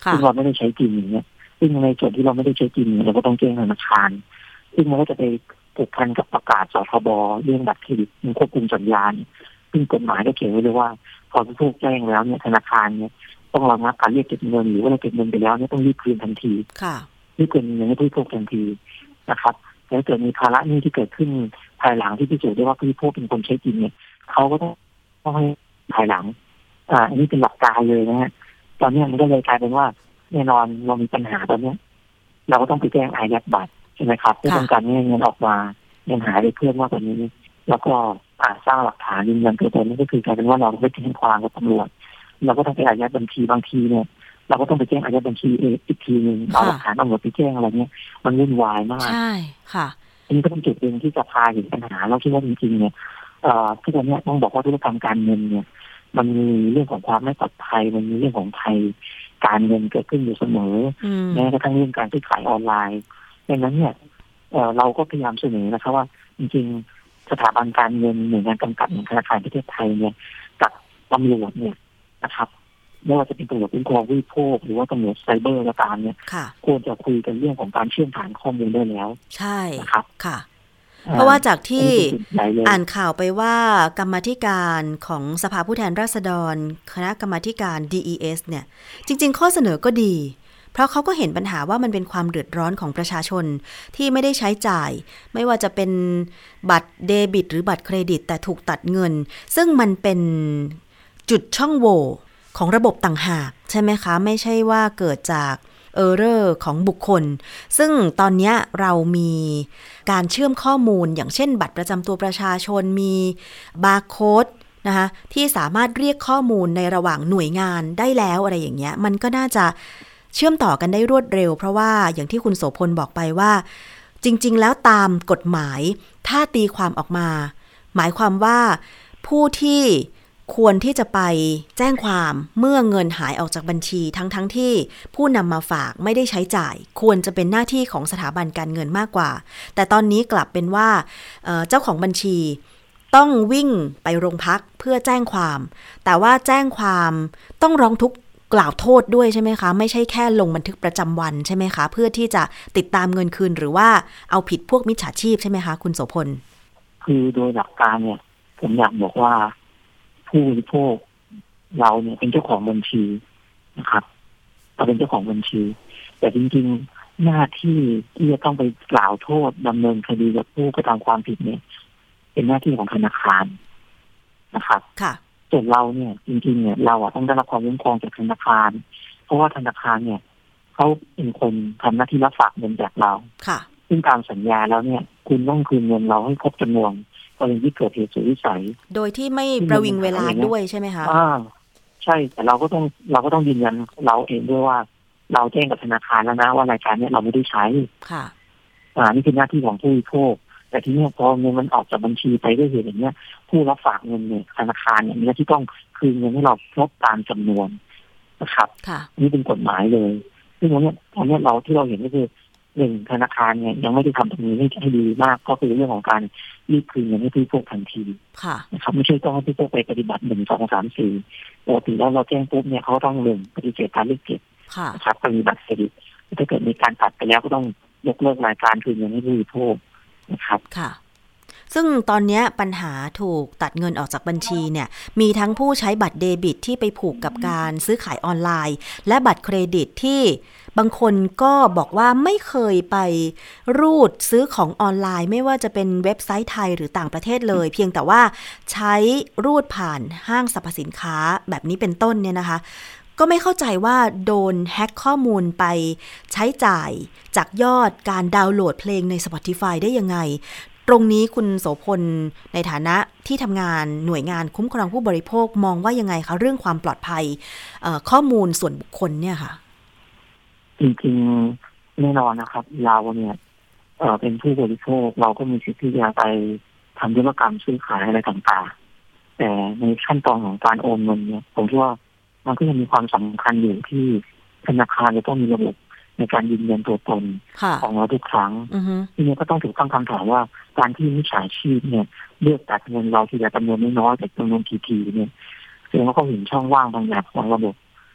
ซึ่งเราไม่ได้ใช้จริงอย่างเงี้ยซึ่งในส่วนที่เราไม่ได้ใช้จริงเราก็ต้องแจ้งธนาคารซึ่งมันก็จะไปผูกพันกับประกาศสคบเรื่องบัตรเครดิตควบคุมสัญญาณซึ่งกฎหมายก็เขียนไว้เลยว่าพอผู้แจ้งแล้วเนี่ยธนาคารเนี่ยต้องระงับการเรียกเก็บเงินหรือว่าเราเก็บเงินไปแล้วเนี่ยต้องรีบคืนทันทีรีบคืนเงินให้ผู้บริโภคทันทีนะครับแล้วเกิดมีภาระหนี้ที่เกิดขึ้นภายหลังที่พิสูจน์ได้ว่าผู้บริโภคเป็นคนใช้จริงเนี่ยเขาก็ต้องให้ภายหลังอันนี้เป็นหลักการเลยนะฮะตอนนี้มันก็เลยกลายเป็นว่าแน่นอนเรามีปัญหาตอนนี้เราก็ต้องไปแจ้งอายัดบัตรใช่ไหมครับเพื่อต้องการให้เงินออกมาเงินหายไปเพิ่มมากกว่านี้แล้วก็สร้างหลักฐานยืนยันตัวตนนี่ก็คือกลายเป็นว่าเราไปแจ้งความกับตำรวจเราก็ต้องไปอายัดบัญชีบางทีเนี่ยเราก็ต้องไปแจ้งอายัดบัญชีอีกทีนึงเอาหลักฐานตำรวจไปแจ้งอะไรเงี้ยมันวุ่นวายมากใช่ค่ะอันนี้ก็เป็นจุดหนึ่งที่จะพาเห็นปัญหาเราคิดว่าจริงๆเนี่ยที่ตอนนี้ต้องบอกว่าธุรกรรมการเงินเนี่ยมันมีเรื่องของความไม่ปลอดภัยมันมีเรื่องของภัยการเงินเกิดขึ้นอยู่เสมอแม้กระทั่งเรื่องการซื้อขายออนไลน์ดังนั้นเนี่ยเราก็พยายามเสนอนะครับว่าจริงๆสถาบันการเงินหน่วยงานกำกับอย่างธนาคารประเทศไทยเนี่ยกับตำรวจเนี่ยนะครับไม่ว่าจะเป็นตำรวจคุ้มครองผู้บริโภคหรือว่าตำรวจไซเบอร์ก็ตามเนี่ยควรจะคุยกันเรื่องของการเชื่อมฐานข้อมูลได้แล้วใช่นะครับค่ะเพราะว่าจากที่อ่านข่าวไปว่ากรรมาธิการของสภาผู้แทนราษฎรคณะกรรมาธิการ DES เนี่ยจริงๆข้อเสนอก็ดีเพราะเขาก็เห็นปัญหาว่ามันเป็นความเดือดร้อนของประชาชนที่ไม่ได้ใช้จ่ายไม่ว่าจะเป็นบัตรเดบิตหรือบัตรเครดิตแต่ถูกตัดเงินซึ่งมันเป็นจุดช่องโหว่ของระบบต่างหากใช่ไหมคะไม่ใช่ว่าเกิดจากเออร์เรอร์ของบุคคลซึ่งตอนนี้เรามีการเชื่อมข้อมูลอย่างเช่นบัตรประจำตัวประชาชนมีบาร์โค้ดนะคะที่สามารถเรียกข้อมูลในระหว่างหน่วยงานได้แล้วอะไรอย่างเงี้ยมันก็น่าจะเชื่อมต่อกันได้รวดเร็วเพราะว่าอย่างที่คุณโสพลบอกไปว่าจริงๆแล้วตามกฎหมายถ้าตีความออกมาหมายความว่าผู้ที่ควรที่จะไปแจ้งความเมื่อเงินหายออกจากบัญชีทั้งที่ผู้นำมาฝากไม่ได้ใช้จ่ายควรจะเป็นหน้าที่ของสถาบันการเงินมากกว่าแต่ตอนนี้กลับเป็นว่าเจ้าของบัญชีต้องวิ่งไปโรงพักเพื่อแจ้งความแต่ว่าแจ้งความต้องร้องทุกข์กล่าวโทษด้วยใช่ไหมคะไม่ใช่แค่ลงบันทึกประจำวันใช่ไหมคะเพื่อที่จะติดตามเงินคืนหรือว่าเอาผิดพวกมิจฉาชีพใช่ไหมคะคุณโสพลคือโดยหลักการเนี่ยผมอยากบอกว่าผู้บริโภคเราเนี่ยเป็นเจ้าของบัญชีนะครับเราเป็นเจ้าของบัญชีแต่จริงๆหน้าที่ที่จะต้องไปกล่าวโทษดำเนินคดีกับผู้กระทำความผิดเนี่ยเป็นหน้าที่ของธนาคารนะครับส่วนเราเนี่ยจริงๆเนี่ยเราต้องได้รับความคุ้มครองจากธนาคารเพราะว่าธนาคารเนี่ยเขาเป็นคนทำหน้าที่รับฝากเงินจากเราซึ่งตามสัญญาแล้วเนี่ยคุณต้องคืนเงินเราให้ครบจำนวนกรณีที่เกิดเหตุสุดวิสัยโดยที่ไม่ประวิงเวลาด้วยใช่ไหมคะใช่แต่เราก็ต้องยืนยันเราเองด้วยว่าเราแจ้งกับธนาคารแล้วนะว่ารายการนี้เราไม่ได้ใช้ค่ะนี่คือหน้าที่ของผู้บริโภคแต่ทีนี้พอเงินมันออกจากบัญชีไปด้วยเหตุอย่างเงี้ยผู้รับฝากเงินเนี่ยธนาคารเนี่ยมีหน้าที่ต้องคืนเงินให้เราครบตามจำนวนนะครับนี่เป็นกฎหมายเลยซึ่งตอนนี้เราที่เราเห็นก็คือหนึ่งธนาคารเนี่ยยังไม่ได้ทำตรงนี้ให้ดีมากก็คือเรื่องของการรีบคืนเงินให้ผู้บริโภคทันทีนะครับไม่ใช่ต้องให้ผู้บริโภคไปปฏิบัติ1 2 3 4ปกติแล้วเราแจ้งปุ๊บเนี่ยเขาต้องปฏิเสธการเรียกเก็บนะครับปฏิบัติเครดิตถ้าเกิดมีการตัดไปแล้วก็ต้องยกเลิกรายการคืนเงินให้ผู้บริโภคนะครับค่ะซึ่งตอนนี้ปัญหาถูกตัดเงินออกจากบัญชีเนี่ยมีทั้งผู้ใช้บัตรเดบิตที่ไปผูกกับการซื้อขายออนไลน์และบัตรเครดิตที่บางคนก็บอกว่าไม่เคยไปรูดซื้อของออนไลน์ไม่ว่าจะเป็นเว็บไซต์ไทยหรือต่างประเทศเลยเพียงแต่ว่าใช้รูดผ่านห้างสรรพสินค้าแบบนี้เป็นต้นเนี่ยนะคะก็ไม่เข้าใจว่าโดนแฮ็กข้อมูลไปใช้จ่ายจากยอดการดาวน์โหลดเพลงใน Spotify ได้ยังไงตรงนี้คุณโสพลในฐานะที่ทำงานหน่วยงานคุ้มครองผู้บริโภคมองว่ายังไงคะเรื่องความปลอดภัยข้อมูลส่วนบุคคลเนี่ยค่ะจริงๆแน่นอนนะครับเราเนี่ยเป็นผู้บริโภคเราก็มีสิทธิ์ที่จะไปทำธุรกรรมซื้อขายอะไรต่างๆแต่ในขั้นตอนของการโอนเงินเนี่ยผมคิดว่ามันก็ยังมีความสำคัญอยู่ที่ธนาคารจะต้องมีระบบในการยืนยันตัวตนของเราทุกครั้งทีนี้ก็ต้องถูกตั้งคำถามว่าการที่มิจฉาชีพเนี่ยเลือกตัดเงินเราทีละจำนวนน้อยๆแต่จำนวนทีๆเนี่ยแสดงว่าเขาเห็นช่องว่างบางอย่างของระบบ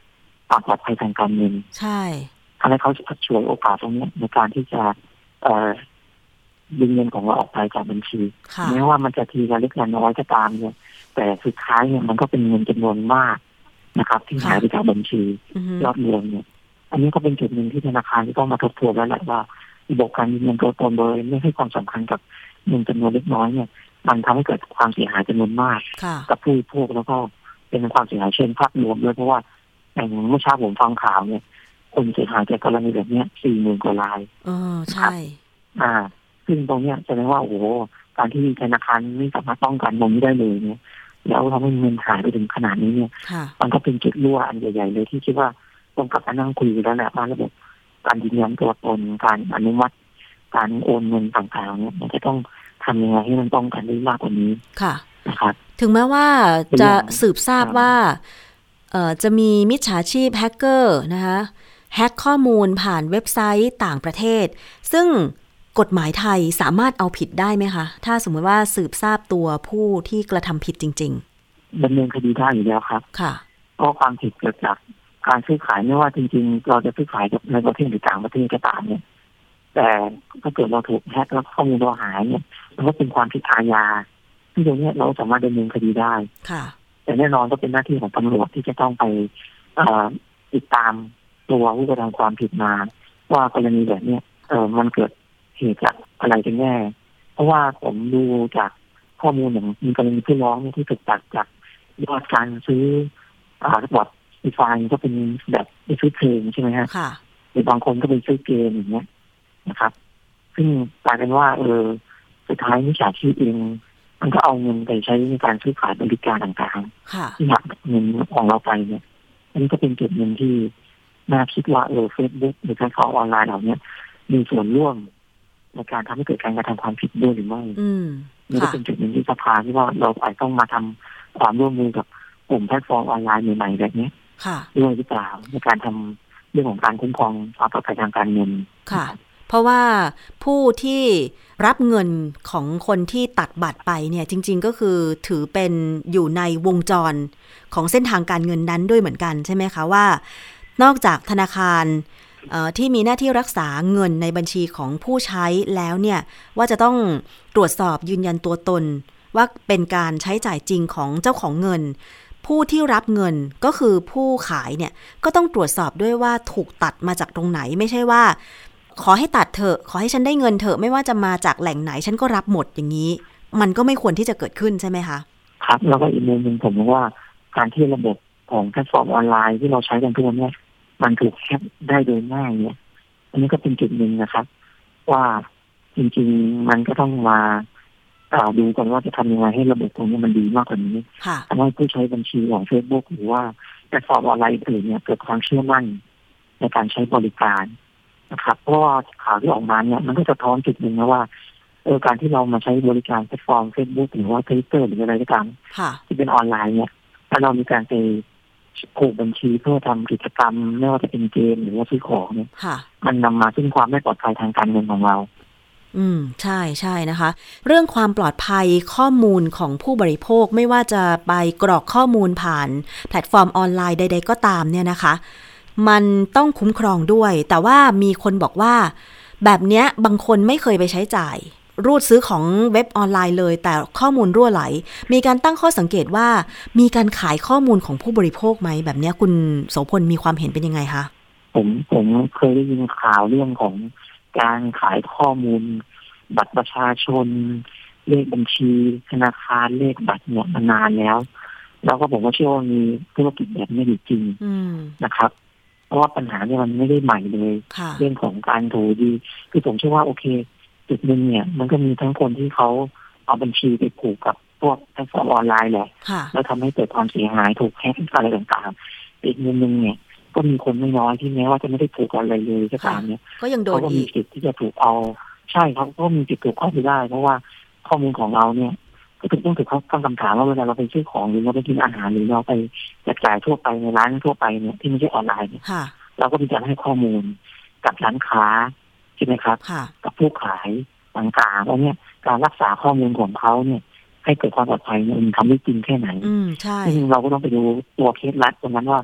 ความปลอดภัยทางการเงินใช่ทำให้เขาฉวยโอกาสตรงนี้ในการที่จะดึงเงินของเราออกไปจากบัญชีแม้ว่ามันจะทีละเล็กละน้อยก็ตามเนี่ยแต่สุดท้ายเนี่ยมันก็เป็นเงินจำนวนมากนะครับที่หายไปจากบัญชียอดรวมเนี่ยอันนี้ก็เป็นจุดหนึ่งที่ธนาคารที่ต้องมาทบทวนแล้วแหละว่าระบบการยืนยันตัวตนโดยไม่ให้ความสำคัญกับเงินจำนวนเล็กน้อยเนี่ยมันทำให้เกิดความเสียหายจำนวนมากกับผู้บริโภคแล้วก็เป็นความเสียหายเชิงภาพรวมด้วยเพราะว่าอย่างเมื่อเช้าผมฟังข่าวเนี่ยคนเสียหายจากกรณีแบบนี้ 40,000 กว่ารายใช่ซึ่งตรงเนี้ยแสดงว่าโอ้โหการที่ธนาคารไม่สามารถป้องกันตรงนี้ได้เลยเนี่ยแล้วทำให้เงินหายไปถึงขนาดนี้เนี่ยมันก็เป็นจุดรั่วอันใหญ่ๆเลยที่คิดว่าต้องกลับมานั่งคุยแล้วแหละว่าระบบการยืนยันตัวตนการอนุมัติการโอนเงินต่างๆเนี่ยมันจะต้องทำยังไงให้มันป้องกันได้มากกว่านี้นะครับถึงแม้ว่าจะสืบทราบว่าจะมีมิจฉาชีพแฮกเกอร์นะคะแฮกข้อมูลผ่านเว็บไซต์ต่างประเทศซึ่งกฎหมายไทยสามารถเอาผิดได้ไหมคะถ้าสมมติว่าสืบทราบตัวผู้ที่กระทำผิดจริงๆดำเนินคดีได้อยู่แล้วครับค่ะเพราะความผิดเกิดจากการซื้อขายไม่ว่าจริงๆเราจะซื้อขายกับในประเทศหรือต่างประเทศก็ตามเนี่ยแต่ถ้าเกิดเราถูกแฮกแล้วข้อมูลเราหายเนี่ยมันก็เป็นความผิดอาญาที่ตรงนี้เราสามารถดำเนินคดีได้ค่ะแต่แน่นอนก็เป็นหน้าที่ของตำรวจที่จะต้องไปติดตามตัวผู้กระทำความผิดมาว่ากรณีแบบนี้มันเกิดเหตุจากอะไรกันแน่เพราะว่าผมดูจากข้อมูลอย่างมีกรณีผู้ร้องที่ถูกตัดจากยอดการซื้อบอร์ดไฟก็เป็นแบบไปซื้อเพลงใช่ไหมฮะหรือบางคนก็เป็นซื้อเกมอย่างเงี้ยนะครับซึ่งกลายเป็นว่าสุดท้ายมิจฉาชีพเองมันก็เอาเงินไปใช้ในการซื้อขายบริการต่างๆที่หักเงินของเราไปเนี่ยอันนี้ก็เป็นจุดหนึ่งที่น่าคิดว่าFacebook หรือการเข้าออนไลน์เหล่านี้มีส่วนร่วมในการทำให้เกิดการกระทำความผิดด้วยหรือไม่นี่ก็เป็นจุดหนึ่งที่สภาที่ว่าเราอาจต้องมาทำความร่วมมือกับกลุ่มแพลตฟอร์มออนไลน์ใหม่ๆแบบนี้ด้วยหรือเปล่าในการทำเรื่องของการคุ้มครองความปลอดภัยทางการเงินค่ะเพราะว่าผู้ที่รับเงินของคนที่ตัดบัตรไปเนี่ยจริงๆก็คือถือเป็นอยู่ในวงจรของเส้นทางการเงินนั้นด้วยเหมือนกันใช่ไหมคะว่านอกจากธนาคารที่มีหน้าที่รักษาเงินในบัญชีของผู้ใช้แล้วเนี่ยว่าจะต้องตรวจสอบยืนยันตัวตนว่าเป็นการใช้จ่ายจริงของเจ้าของเงินผู้ที่รับเงินก็คือผู้ขายเนี่ยก็ต้องตรวจสอบด้วยว่าถูกตัดมาจากตรงไหนไม่ใช่ว่าขอให้ตัดเถอะขอให้ฉันได้เงินเถอะไม่ว่าจะมาจากแหล่งไหนฉันก็รับหมดอย่างนี้มันก็ไม่ควรที่จะเกิดขึ้นใช่ไหมคะครับแล้วก็อีกมุมนึงผมว่าการที่ระบบของแพลตฟอร์มออนไลน์ที่เราใช้กันทุกวันนี้มันถูกแฮกได้โดยง่ายเนี่ยอันนี้ก็เป็นจุดหนึ่งนะครับว่าจริงๆมันก็ต้องมาดูกันว่าจะทำยังไงให้ระบบตรงนี้มันดีมากกว่านี้ทำให้ผู้ใช้บัญชีของ Facebook หรือว่าแพลตฟอร์มออนไลน์อื่นเนี่ยเกิดความเชื่อมั่นในการใช้บริการนะครับเพราะว่าข่าวที่ออกมาเนี่ยมันก็จะท้อนจุดหนึ่งนะว่าการที่เรามาใช้บริการแพลตฟอร์ม Facebook หรือว่า Twitter หรืออะไรก็ตามที่เป็นออนไลน์เนี่ยถ้าเรามีการไปผูกบัญชีเพื่อทำกิจกรรมไม่ว่าจะเป็นเกมหรือว่าซื้อของเนี่ยมันนำมาซึ่งความไม่ปลอดภัยทางการเงินของเราใช่ใช่นะคะเรื่องความปลอดภัยข้อมูลของผู้บริโภคไม่ว่าจะไปกรอกข้อมูลผ่านแพลตฟอร์มออนไลน์ใดๆก็ตามเนี่ยนะคะมันต้องคุ้มครองด้วยแต่ว่ามีคนบอกว่าแบบเนี้ยบางคนไม่เคยไปใช้จ่ายรูดซื้อของเว็บออนไลน์เลยแต่ข้อมูลรั่วไหลมีการตั้งข้อสังเกตว่ามีการขายข้อมูลของผู้บริโภคไหมแบบนี้คุณโสพลมีความเห็นเป็นยังไงคะผมเคยได้ยินข่าวเรื่องของการขายข้อมูลบัตรประชาชนเลขบัญชีธนาคารเลขบัตรเนี่ยมานานแล้วก็ผมก็เชื่อว่ามีธุรกิจแบบนี้จริงนะครับเพราะว่าปัญหาเนี่ยมันไม่ได้ใหม่เลยเรื่องของการถูดีคือผมเชื่อว่าโอเคจุดนึงเนี่ยมันก็มีทั้งคนที่เขาเอาบัญชีไปผูกกับพวกแพลตฟอร์มออนไลน์แหละแล้วทำให้เกิดความเสียหายถูกแฮกอะไรต่างๆอีกมุมนึงเนี่ยก็มีคนไม่น้อยที่แม้ว่าจะไม่ได้ผูกอะไรเลยก็ตามเนี่ยก็ยังโดนเขาก็มีสิทธิ์ที่จะถูกเอาใช่ครับก็มีสิทธิ์ถูกเข้าไปได้เพราะว่าข้อมูลของเราเนี่ยก็ต้องถูกเขาตั้งคำถามว่าเวลาเราไปซื้อของหรือเราไปกินอาหารหรือเราไปจับจ่ายทั่วไปในร้านทั่วไปเนี่ยที่ไม่ใช่ออนไลน์เนี่ยเราก็มีการให้ข้อมูลกับร้านค้าใช่ไหมครับกับผู้ขายต่างๆแล้วเนี่ยการรักษาข้อมูลของเขาเนี่ยให้เกิดความปลอดภัยเนี่ยมันทำได้จริงแค่ไหนใช่ซึ่งเราก็ต้องไปดูตัวเคสลัดตรงนั้นว่า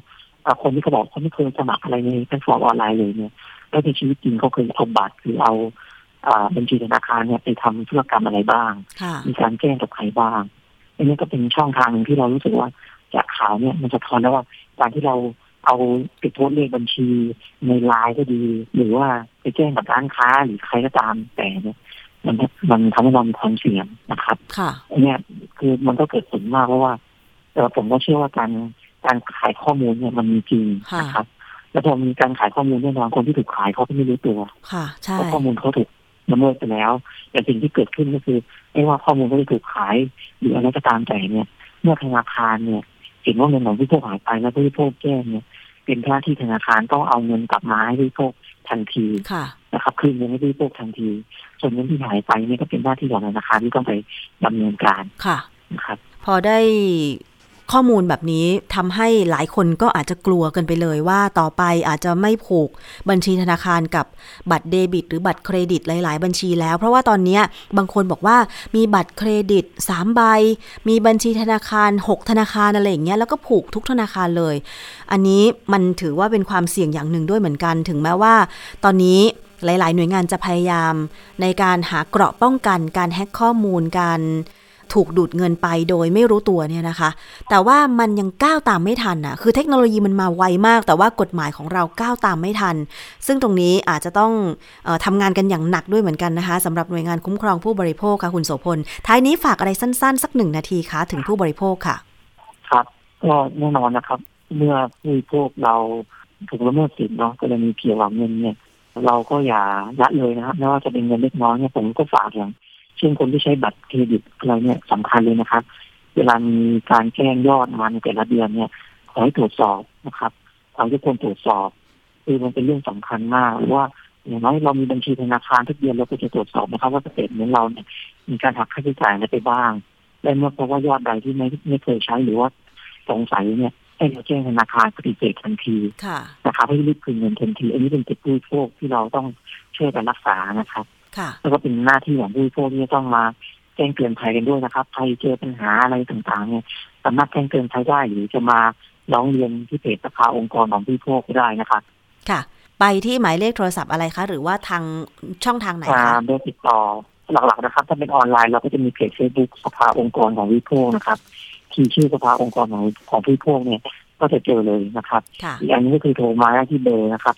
คนที่เขาบอกเขาไม่เคยสมัครอะไรในแพลตฟอร์มออนไลน์เลยเนี่ยแล้วในชีวิตจริงเขาเคยเอาบัตรหรือเอาบัญชีธนาคารเนี่ยไปทำธุรกรรมอะไรบ้างมีการแจ้งกับใครบ้างอันนี้ก็เป็นช่องทางหนึ่งที่เรารู้สึกว่าจากข่าวเนี่ยมันจะทอนแล้วว่าการที่เราเอาไปโพสต์เลขบัญชีในไลน์ก็ดีหรือว่าไปแจ้งกับร้านค้าหรือใครก็ตามแต่เนี่ยมันทำให้เรามีความเสี่ยงนะครับอันนี้คือมันก็เกิดผลมากเพราะว่าผมก็เชื่อว่าการขายข้อมูลเนี่ยมันมีจริงนะครับแล้วพอมีการขายข้อมูลแน่นอนคนที่ถูกขายเขาก็ไม่รู้ตัวเพราะข้อมูลเขาถูกละเมิดไปแล้วแต่สิ่งที่เกิดขึ้นก็คือไม่ว่าข้อมูลเขาจะถูกขายหรืออะไรก็ตามแต่เนี่ยเมื่อธนาคารเนี่ยเห็นว่าเงินของผู้บริโภคหายไปแล้วผู้บริโภคแจ้งเนี่ยเป็นหน้าที่ธนาคารต้องเอาเงินกลับมาให้ผู้บริโภคทันทีนะครับคืนเงินให้ผู้บริโภคทันทีส่วนเงินที่หายไปเนี่ยก็เป็นหน้าที่ของธนาคารที่ต้องไปดำเนินการนะครับพอได้ข้อมูลแบบนี้ทำให้หลายคนก็อาจจะกลัวกันไปเลยว่าต่อไปอาจจะไม่ผูกบัญชีธนาคารกับบัตรเดบิตหรือบัตรเครดิตหลายๆบัญชีแล้วเพราะว่าตอนนี้บางคนบอกว่ามีบัตรเครดิต3ใบมีบัญชีธนาคาร6ธนาคารอะไรอย่างเงี้ยแล้วก็ผูกทุกธนาคารเลยอันนี้มันถือว่าเป็นความเสี่ยงอย่างหนึ่งด้วยเหมือนกันถึงแม้ว่าตอนนี้หลายๆหน่วยงานจะพยายามในการหาเกราะป้องกันการแฮ็กข้อมูลการถูกดูดเงินไปโดยไม่รู้ตัวเนี่ยนะคะแต่ว่ามันยังก้าวตามไม่ทันน่ะคือเทคโนโลยีมันมาไวมากแต่ว่ากฎหมายของเราก้าวตามไม่ทันซึ่งตรงนี้อาจจะต้องทำงานกันอย่างหนักด้วยเหมือนกันนะคะสำหรับหน่วยงานคุ้มครองผู้บริโภคค่ะคุณโสพลท้ายนี้ฝากอะไรสั้นๆสัก1 นาทีคะถึงผู้บริโภคค่ะครับก็แน่นอนนะครับเมื่อผู้บริโภคเราถูกละเมิดสิทธิ์เนาะกรณีเกี่ยวกับเงินเนี่ยเราก็อย่าละเลยนะครับไม่ว่าจะเป็นเงินเล็กน้อยเนี่ยผมก็ฝากอย่างเช่นคนที่ใช้บัตรเครดิตอะไรเนี่ยสำคัญเลยนะครับเวลามีการแจ้งยอดมาในแต่ละเดือนเนี่ยขอให้ตรวจสอบนะครับขอให้ทุกคนตรวจสอบคือมันเป็นเรื่องสำคัญมากว่าอย่างน้อยเรามีบัญชีธนาคารทุกเดือนเราก็จะตรวจสอบนะครับว่าสเตทเมนต์เราเนี่ยมีการหักค่าใช้จ่ายอะไรไปบ้างและเมื่อพบว่ายอดใดที่ไม่เคยใช้หรือว่าสงสัยเนี่ยให้เราแจ้งธนาคารปฏิเสธทันทีนะครับให้รีบคืนเงินทันทีอันนี้เป็นสิทธิผู้บริโภคที่เราต้องช่วยกันรักษานะครับแล้วก็เป็นหน้าที่ของผู้บริโภคที่จะต้องมาแจ้งเตือนภัยกันด้วยนะครับใครเจอปัญหาอะไรต่างๆเนี่ยสามารถแจ้งเตือนภัยได้หรือจะมาร้องเรียนที่เพจสภาองค์กรของผู้บริโภคก็ได้นะครับค่ะไปที่หมายเลขโทรศัพท์อะไรคะหรือว่าทางช่องทางไหนคะโดยติดต่อหลักๆนะครับถ้าเป็นออนไลน์เราก็จะมีเพจ Facebook สภาองค์กรของผู้บริโภคนะครับที่ชื่อสภาองค์กรของผู้บริโภคเนี่ยก็จะเจอเลยนะครับอีกอันนึงก็คือโทรมาได้ที่เบอร์นะครับ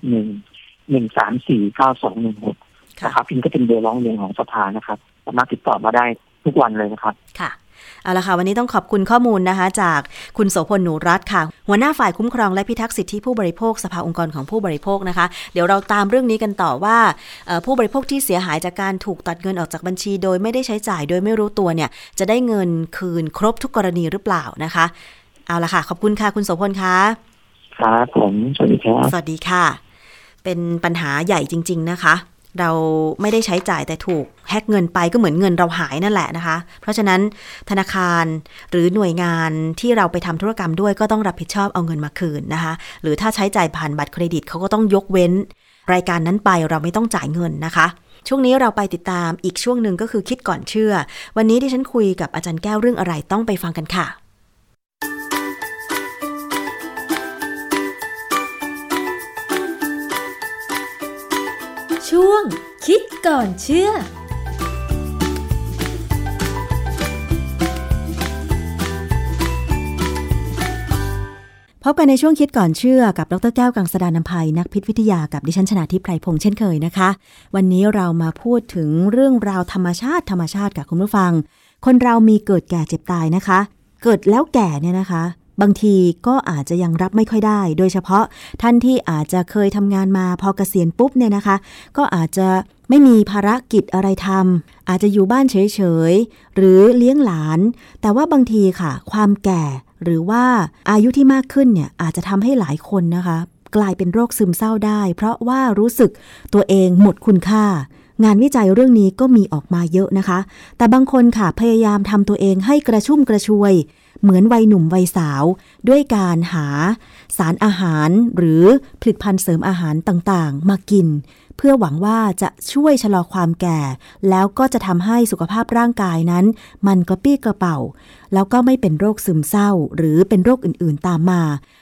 0811349216นะครับพิมพ์ก็เป็นเบอร์ร้องเรียนของสภานะครับสามารถติดต่อมาได้ทุกวันเลยนะครับค่ะเอาละค่ะวันนี้ต้องขอบคุณข้อมูลนะคะจากคุณโสพลหนูรัตน์ค่ะหัวหน้าฝ่ายคุ้มครองและพิทักษ์สิทธิผู้บริโภคสภาองค์กรของผู้บริโภคนะคะเดี๋ยวเราตามเรื่องนี้กันต่อว่าผู้บริโภคที่เสียหายจากการถูกตัดเงินออกจากบัญชีโดยไม่ได้ใช้จ่ายโดยไม่รู้ตัวเนี่ยจะได้เงินคืนครบทุกกรณีหรือเปล่านะคะเอาละค่ะขอบคุณค่ะคุณโสพลค่ะครับผมสวัสดีครับสวัสดีค่ะเป็นปัญหาใหญ่จริงๆนะคะเราไม่ได้ใช้จ่ายแต่ถูกแฮกเงินไปก็เหมือนเงินเราหายนั่นแหละนะคะเพราะฉะนั้นธนาคารหรือหน่วยงานที่เราไปทำธุรกรรมด้วยก็ต้องรับผิดชอบเอาเงินมาคืนนะคะหรือถ้าใช้จ่ายผ่านบัตรเครดิตเขาก็ต้องยกเว้นรายการนั้นไปเราไม่ต้องจ่ายเงินนะคะช่วงนี้เราไปติดตามอีกช่วงนึงก็คือคิดก่อนเชื่อวันนี้ที่ฉันคุยกับอาจารย์แก้วเรื่องอะไรต้องไปฟังกันค่ะช่วงคิดก่อนเชื่อพบกันในช่วงคิดก่อนเชื่อกับดร.แก้วกังสดาลอำไพนักพิษวิทยากับดิฉันชนาธิปไพรพงษ์เช่นเคยนะคะวันนี้เรามาพูดถึงเรื่องราวธรรมชาติกับคุณผู้ฟังคนเรามีเกิดแก่เจ็บตายนะคะเกิดแล้วแก่เนี่ยนะคะบางทีก็อาจจะยังรับไม่ค่อยได้โดยเฉพาะท่านที่อาจจะเคยทำงานมาพอเกษียณปุ๊บเนี่ยนะคะก็อาจจะไม่มีภารกิจอะไรทำอาจจะอยู่บ้านเฉยๆหรือเลี้ยงหลานแต่ว่าบางทีค่ะความแก่หรือว่าอายุที่มากขึ้นเนี่ยอาจจะทำให้หลายคนนะคะกลายเป็นโรคซึมเศร้าได้เพราะว่ารู้สึกตัวเองหมดคุณค่างานวิจัยเรื่องนี้ก็มีออกมาเยอะนะคะแต่บางคนค่ะพยายามทำตัวเองให้กระชุ่มกระชวยเหมือนวัยหนุ่มวัยสาวด้วยการหาสารอาหารหรือผลิตภัณฑ์เสริมอาหารต่างๆมากินเพื่อหวังว่าจะช่วยชะลอความแก่แล้วก็จะทำให้สุขภาพร่างกายนั้นมันกระปี้กระเป๋าแล้วก็ไม่เป็นโรคซึมเศร้าหรือเป็นโรคอื่นๆตามมา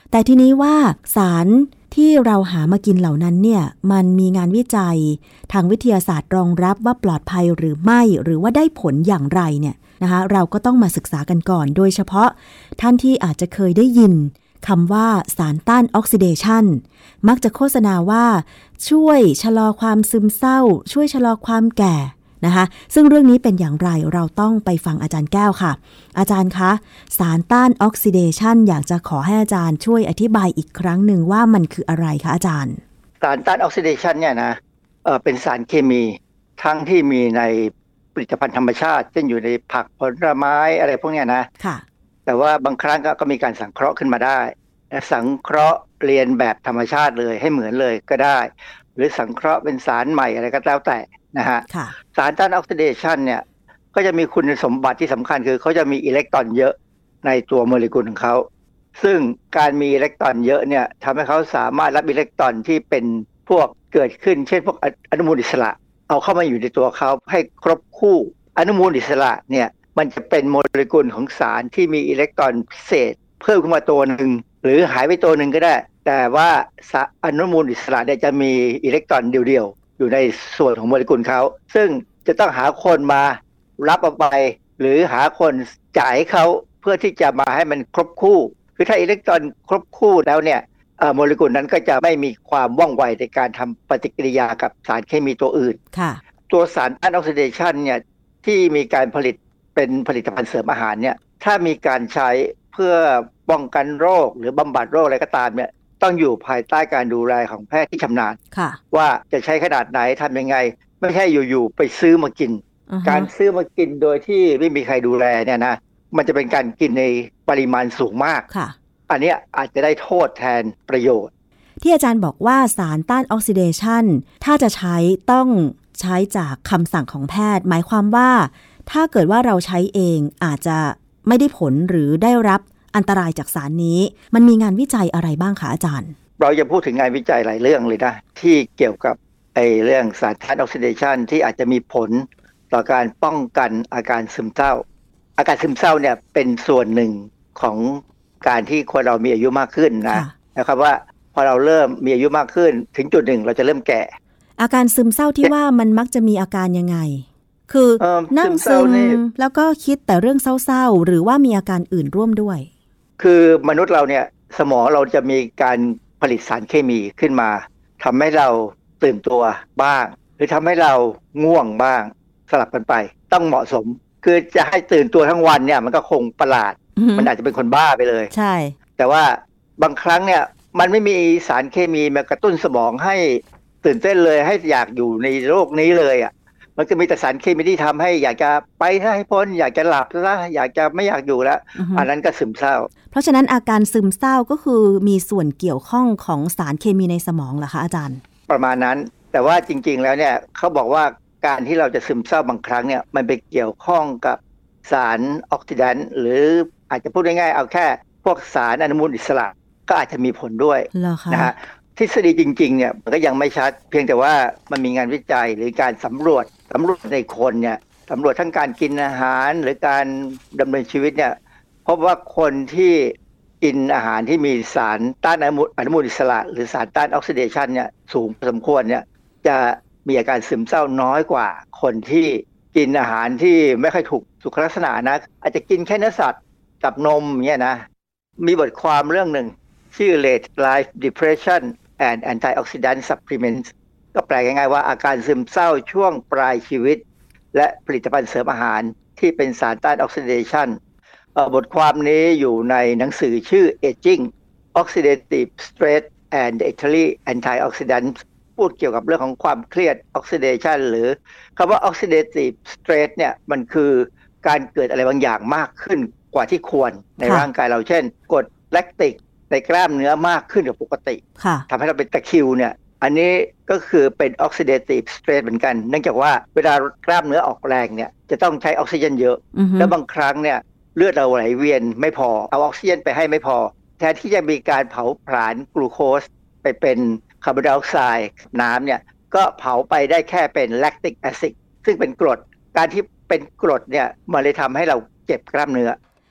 แต่ทีนี้ว่าสารที่เราหามากินเหล่านั้นเนี่ยมันมีงานวิจัยทางวิทยาศาสตร์รองรับว่าปลอดภัยหรือไม่หรือว่าได้ผลอย่างไรเนี่ยนะคะเราก็ต้องมาศึกษากันก่อนโดยเฉพาะท่านที่อาจจะเคยได้ยินคำว่าสารต้านออกซิเดชันมักจะโฆษณาว่าช่วยชะลอความซึมเศร้าช่วยชะลอความแก่นะคะซึ่งเรื่องนี้เป็นอย่างไรเราต้องไปฟังอาจารย์แก้วค่ะอาจารย์คะสารต้านออกซิเดชันอยากจะขอให้อาจารย์ช่วยอธิบายอีกครั้งหนึ่งว่ามันคืออะไรคะอาจารย์สารต้านออกซิเดชันเนี่ยนะเป็นสารเคมีทั้งที่มีในผลิตภัณฑ์ธรรมชาติเช่นอยู่ในผักผลไม้อะไรพวกนี้นะค่ะแต่ว่าบางครั้งก็มีการสังเคราะห์ขึ้นมาได้สังเคราะห์เรียนแบบธรรมชาติเลยให้เหมือนเลยก็ได้หรือสังเคราะห์เป็นสารใหม่อะไรก็แล้วแต่นะฮะสารต้านออกซิเดชันเนี่ยก็จะมีคุณสมบัติที่สำคัญคือเขาจะมีอิเล็กตรอนเยอะในตัวโมเลกุลของเขาซึ่งการมีอิเล็กตรอนเยอะเนี่ยทำให้เขาสามารถรับอิเล็กตรอนที่เป็นพวกเกิดขึ้นเช่นพวกอนุมูลอิสระเอาเข้ามาอยู่ในตัวเขาให้ครบคู่อนุมูลอิสระเนี่ยมันจะเป็นโมเลกุลของสารที่มีอิเล็กตรอนพิเศษเพิ่มขึ้นมาตัวหนึ่งหรือหายไปตัวหนึ่งก็ได้แต่ว่าอนุมูลอิสระเนี่ยจะมีอิเล็กตรอนเดียวๆอยู่ในส่วนของโมเลกุลเขาซึ่งจะต้องหาคนมารับเอาไปหรือหาคนจ่ายให้เขาเพื่อที่จะมาให้มันครบคู่คือถ้าอิเล็กตรอนครบคู่แล้วเนี่ยโมเลกุลนั้นก็จะไม่มีความว่องไวในการทำปฏิกิริยากับสารเคมีตัวอื่นตัวสารต้านออกซิเดชันเนี่ยที่มีการผลิตเป็นผลิตภัณฑ์เสริมอาหารเนี่ยถ้ามีการใช้เพื่อป้องกันโรคหรือบำบัดโรคอะไรก็ตามเนี่ยต้องอยู่ภายใต้การดูแลของแพทย์ที่ชำนาญว่าจะใช้ขนาดไหนทำยังไงไม่ใช่อยู่ๆไปซื้อมากิน การซื้อมากินโดยที่ไม่มีใครดูแลเนี่ยนะมันจะเป็นการกินในปริมาณสูงมากอันนี้อาจจะได้โทษแทนประโยชน์ที่อาจารย์บอกว่าสารต้านออกซิเดชันถ้าจะใช้ต้องใช้จากคำสั่งของแพทย์หมายความว่าถ้าเกิดว่าเราใช้เองอาจจะไม่ได้ผลหรือได้รับอันตรายจากสารนี้มันมีงานวิจัยอะไรบ้างคะอาจารย์เราจะพูดถึงงานวิจัยหลายเรื่องเลยนะที่เกี่ยวกับเรื่องสารต้านออกซิเดชันที่อาจจะมีผลต่อการป้องกันอาการซึมเศร้าอาการซึมเศร้าเนี่ยเป็นส่วนหนึ่งของการที่คนเรามีอายุมากขึ้นนะครับว่าพอเราเริ่มมีอายุมากขึ้นถึงจุดหนึ่งเราจะเริ่มแก่อาการซึมเศร้าที่ว่ามันมักจะมีอาการยังไงคือนั่งซึมแล้วก็คิดแต่เรื่องเศร้าๆหรือว่ามีอาการอื่นร่วมด้วยคือมนุษย์เราเนี่ยสมองเราจะมีการผลิตสารเคมีขึ้นมาทำให้เราตื่นตัวบ้างหรือทำให้เราง่วงบ้างสลับกันไปต้องเหมาะสมคือจะให้ตื่นตัวทั้งวันเนี่ยมันก็คงประหลาดมันอาจจะเป็นคนบ้าไปเลยใช่แต่ว่าบางครั้งเนี่ยมันไม่มีสารเคมีมากระตุ้นสมองให้ตื่นเต้นเลยให้อยากอยู่ในโลกนี้เลยอ่ะมันจะมีแต่สารเคมีที่ทำให้อยากจะไปให้พ้นอยากจะหลับแล้วอยากจะไม่อยากอยู่แล้วอันนั้นก็ซึมเศร้าเพราะฉะนั้นอาการซึมเศร้าก็คือมีส่วนเกี่ยวข้องของสารเคมีในสมองเหรอคะอาจารย์ประมาณนั้นแต่ว่าจริงๆแล้วเนี่ยเขาบอกว่าการที่เราจะซึมเศร้าบางครั้งเนี่ยมันไปเกี่ยวข้องกับสารออกซิแดนต์หรืออาจจะพูดง่ายๆเอาแค่พวกสารอนุมูลอิสระก็อาจจะมีผลด้วยนะฮะทฤษฎีจริงๆเนี่ยมันก็ยังไม่ชัดเพียงแต่ว่ามันมีงานวิจัยหรือการสำรวจในคนเนี่ยสำรวจทั้งการกินอาหารหรือการดำเนินชีวิตเนี่ยพบว่าคนที่กินอาหารที่มีสารต้านอนุมูลอิสระหรือสารต้านออกซิเดชันเนี่ยสูงพอสมควรเนี่ยจะมีอาการซึมเศร้าน้อยกว่าคนที่กินอาหารที่ไม่ค่อยถูกสุขลักษณะนะอาจจะกินแค่เนื้อสัตว์กับนมเนี่ยนะมีบทความเรื่องหนึ่งชื่อ Late Life Depression and Antioxidant Supplements ก็แปลง่ายๆว่าอาการซึมเศร้าช่วงปลายชีวิตและผลิตภัณฑ์เสริมอาหารที่เป็นสารต้านออกซิเดชันบทความนี้อยู่ในหนังสือชื่อ Aging Oxidative Stress and Dietary Antioxidants พูดเกี่ยวกับเรื่องของความเครียดออกซิเดชันหรือคำว่า Oxidative Stress เนี่ยมันคือการเกิดอะไรบางอย่างมากขึ้นกว่าที่ควรในร่างกายเราเช่นกรดแลคติกในกล้ามเนื้อมากขึ้นกว่าปกติทำให้เราเป็นตะคริวเนี่ยอันนี้ก็คือเป็น Oxidative Stress เหมือนกันเนื่องจากว่าเวลากล้ามเนื้อออกแรงเนี่ยจะต้องใช้ออกซิเจนเยอะแล้วบางครั้งเนี่ยเลือดเราไหลเวียนไม่พอเอาออกซิเจนไปให้ไม่พอแทนที่จะมีการเผาผลาญกลูโคสไปเป็นคาร์บอนไดออกไซด์น้ำเนี่ยก็เผาไปได้แค่เป็นแลคติกแอซิดซึ่งเป็นกรดการที่เป็นกรดเนี่ยมันเลยทำให้เราเจ็บกล้ามเนื้อ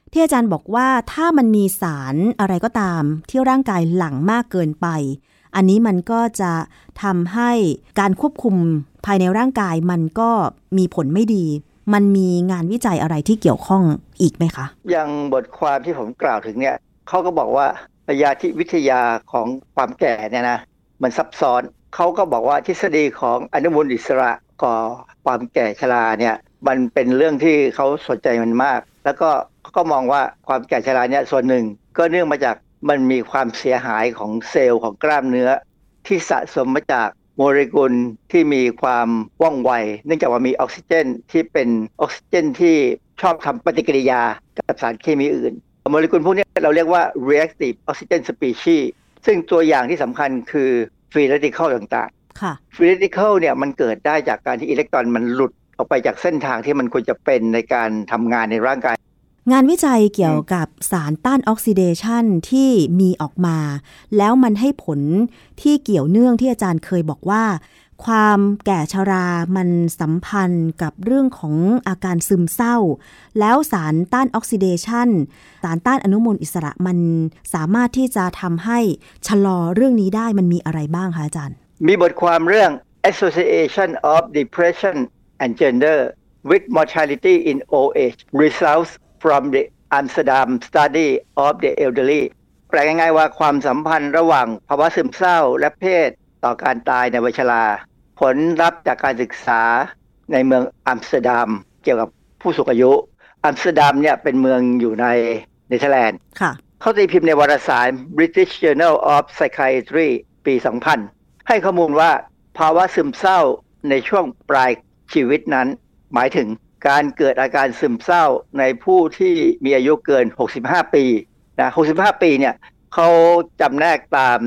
ที่อาจารย์บอกว่าถ้ามันมีสารอะไรก็ตามที่ร่างกายหลั่งมากเกินไปอันนี้มันก็จะทำให้การควบคุมภายในร่างกายมันก็มีผลไม่ดีมันมีงานวิจัยอะไรที่เกี่ยวข้องอีกไหมคะอย่างบทความที่ผมกล่าวถึงเนี่ยเขาก็บอกว่าระยะที่วิทยาของความแก่เนี่ยนะมันซับซ้อนเขาก็บอกว่าทฤษฎีของอนุมูลอิสระก่อความแก่ชราเนี่ยมันเป็นเรื่องที่เขาสนใจมันมากแล้วก็เขาก็มองว่าความแก่ชราเนี่ยส่วนหนึ่งก็เนื่องมาจากมันมีความเสียหายของเซลล์ของกล้ามเนื้อที่สะสมมาจากโมเลกุลที่มีความว่องไวเนื่องจากว่ามีออกซิเจนที่เป็นออกซิเจนที่ชอบทำปฏิกิริยากับสารเคมีอื่นโมเลกุลพวกนี้เราเรียกว่า reactive oxygen species ซึ่งตัวอย่างที่สำคัญคือ free radical ต่างๆ free radical เนี่ยมันเกิดได้จากการที่อิเล็กตรอนมันหลุดออกไปจากเส้นทางที่มันควรจะเป็นในการทำงานในร่างกายงานวิจัยเกี่ยวกับสารต้านออกซิเดชันที่มีออกมาแล้วมันให้ผลที่เกี่ยวเนื่องที่อาจารย์เคยบอกว่าความแก่ชรามันสัมพันธ์กับเรื่องของอาการซึมเศร้าแล้วสารต้านออกซิเดชันสารต้านอนุมูลอิสระมันสามารถที่จะทำให้ชะลอเรื่องนี้ได้มันมีอะไรบ้างคะอาจารย์มีบทความเรื่อง Association of Depression and Gender with Mortality in Old Age Results from the Amsterdam Study of the Elderly แปลง่ายๆว่าความสัมพันธ์ระหว่างภาวะซึมเศร้าและเพศต่อการตายในวัยชราผลลัพธ์จากการศึกษาในเมืองอัมสเตอร์ดัมเกี่ยวกับผู้สูงอายุอัมสเตอร์ดัมเนี่ยเป็นเมืองอยู่ในเนเธอร์แลนด์เขาตีพิมพ์ในวารสาร British Journal of Psychiatry ปี 2000 ให้ข้อมูลว่าภาวะซึมเศร้าในช่วงปลายชีวิตนั้นหมายถึงการเกิดอาการซึมเศร้าในผู้ที่มีอายุเกิน65ปีนะ65ปีเนี่ยเขาจำแนกตาม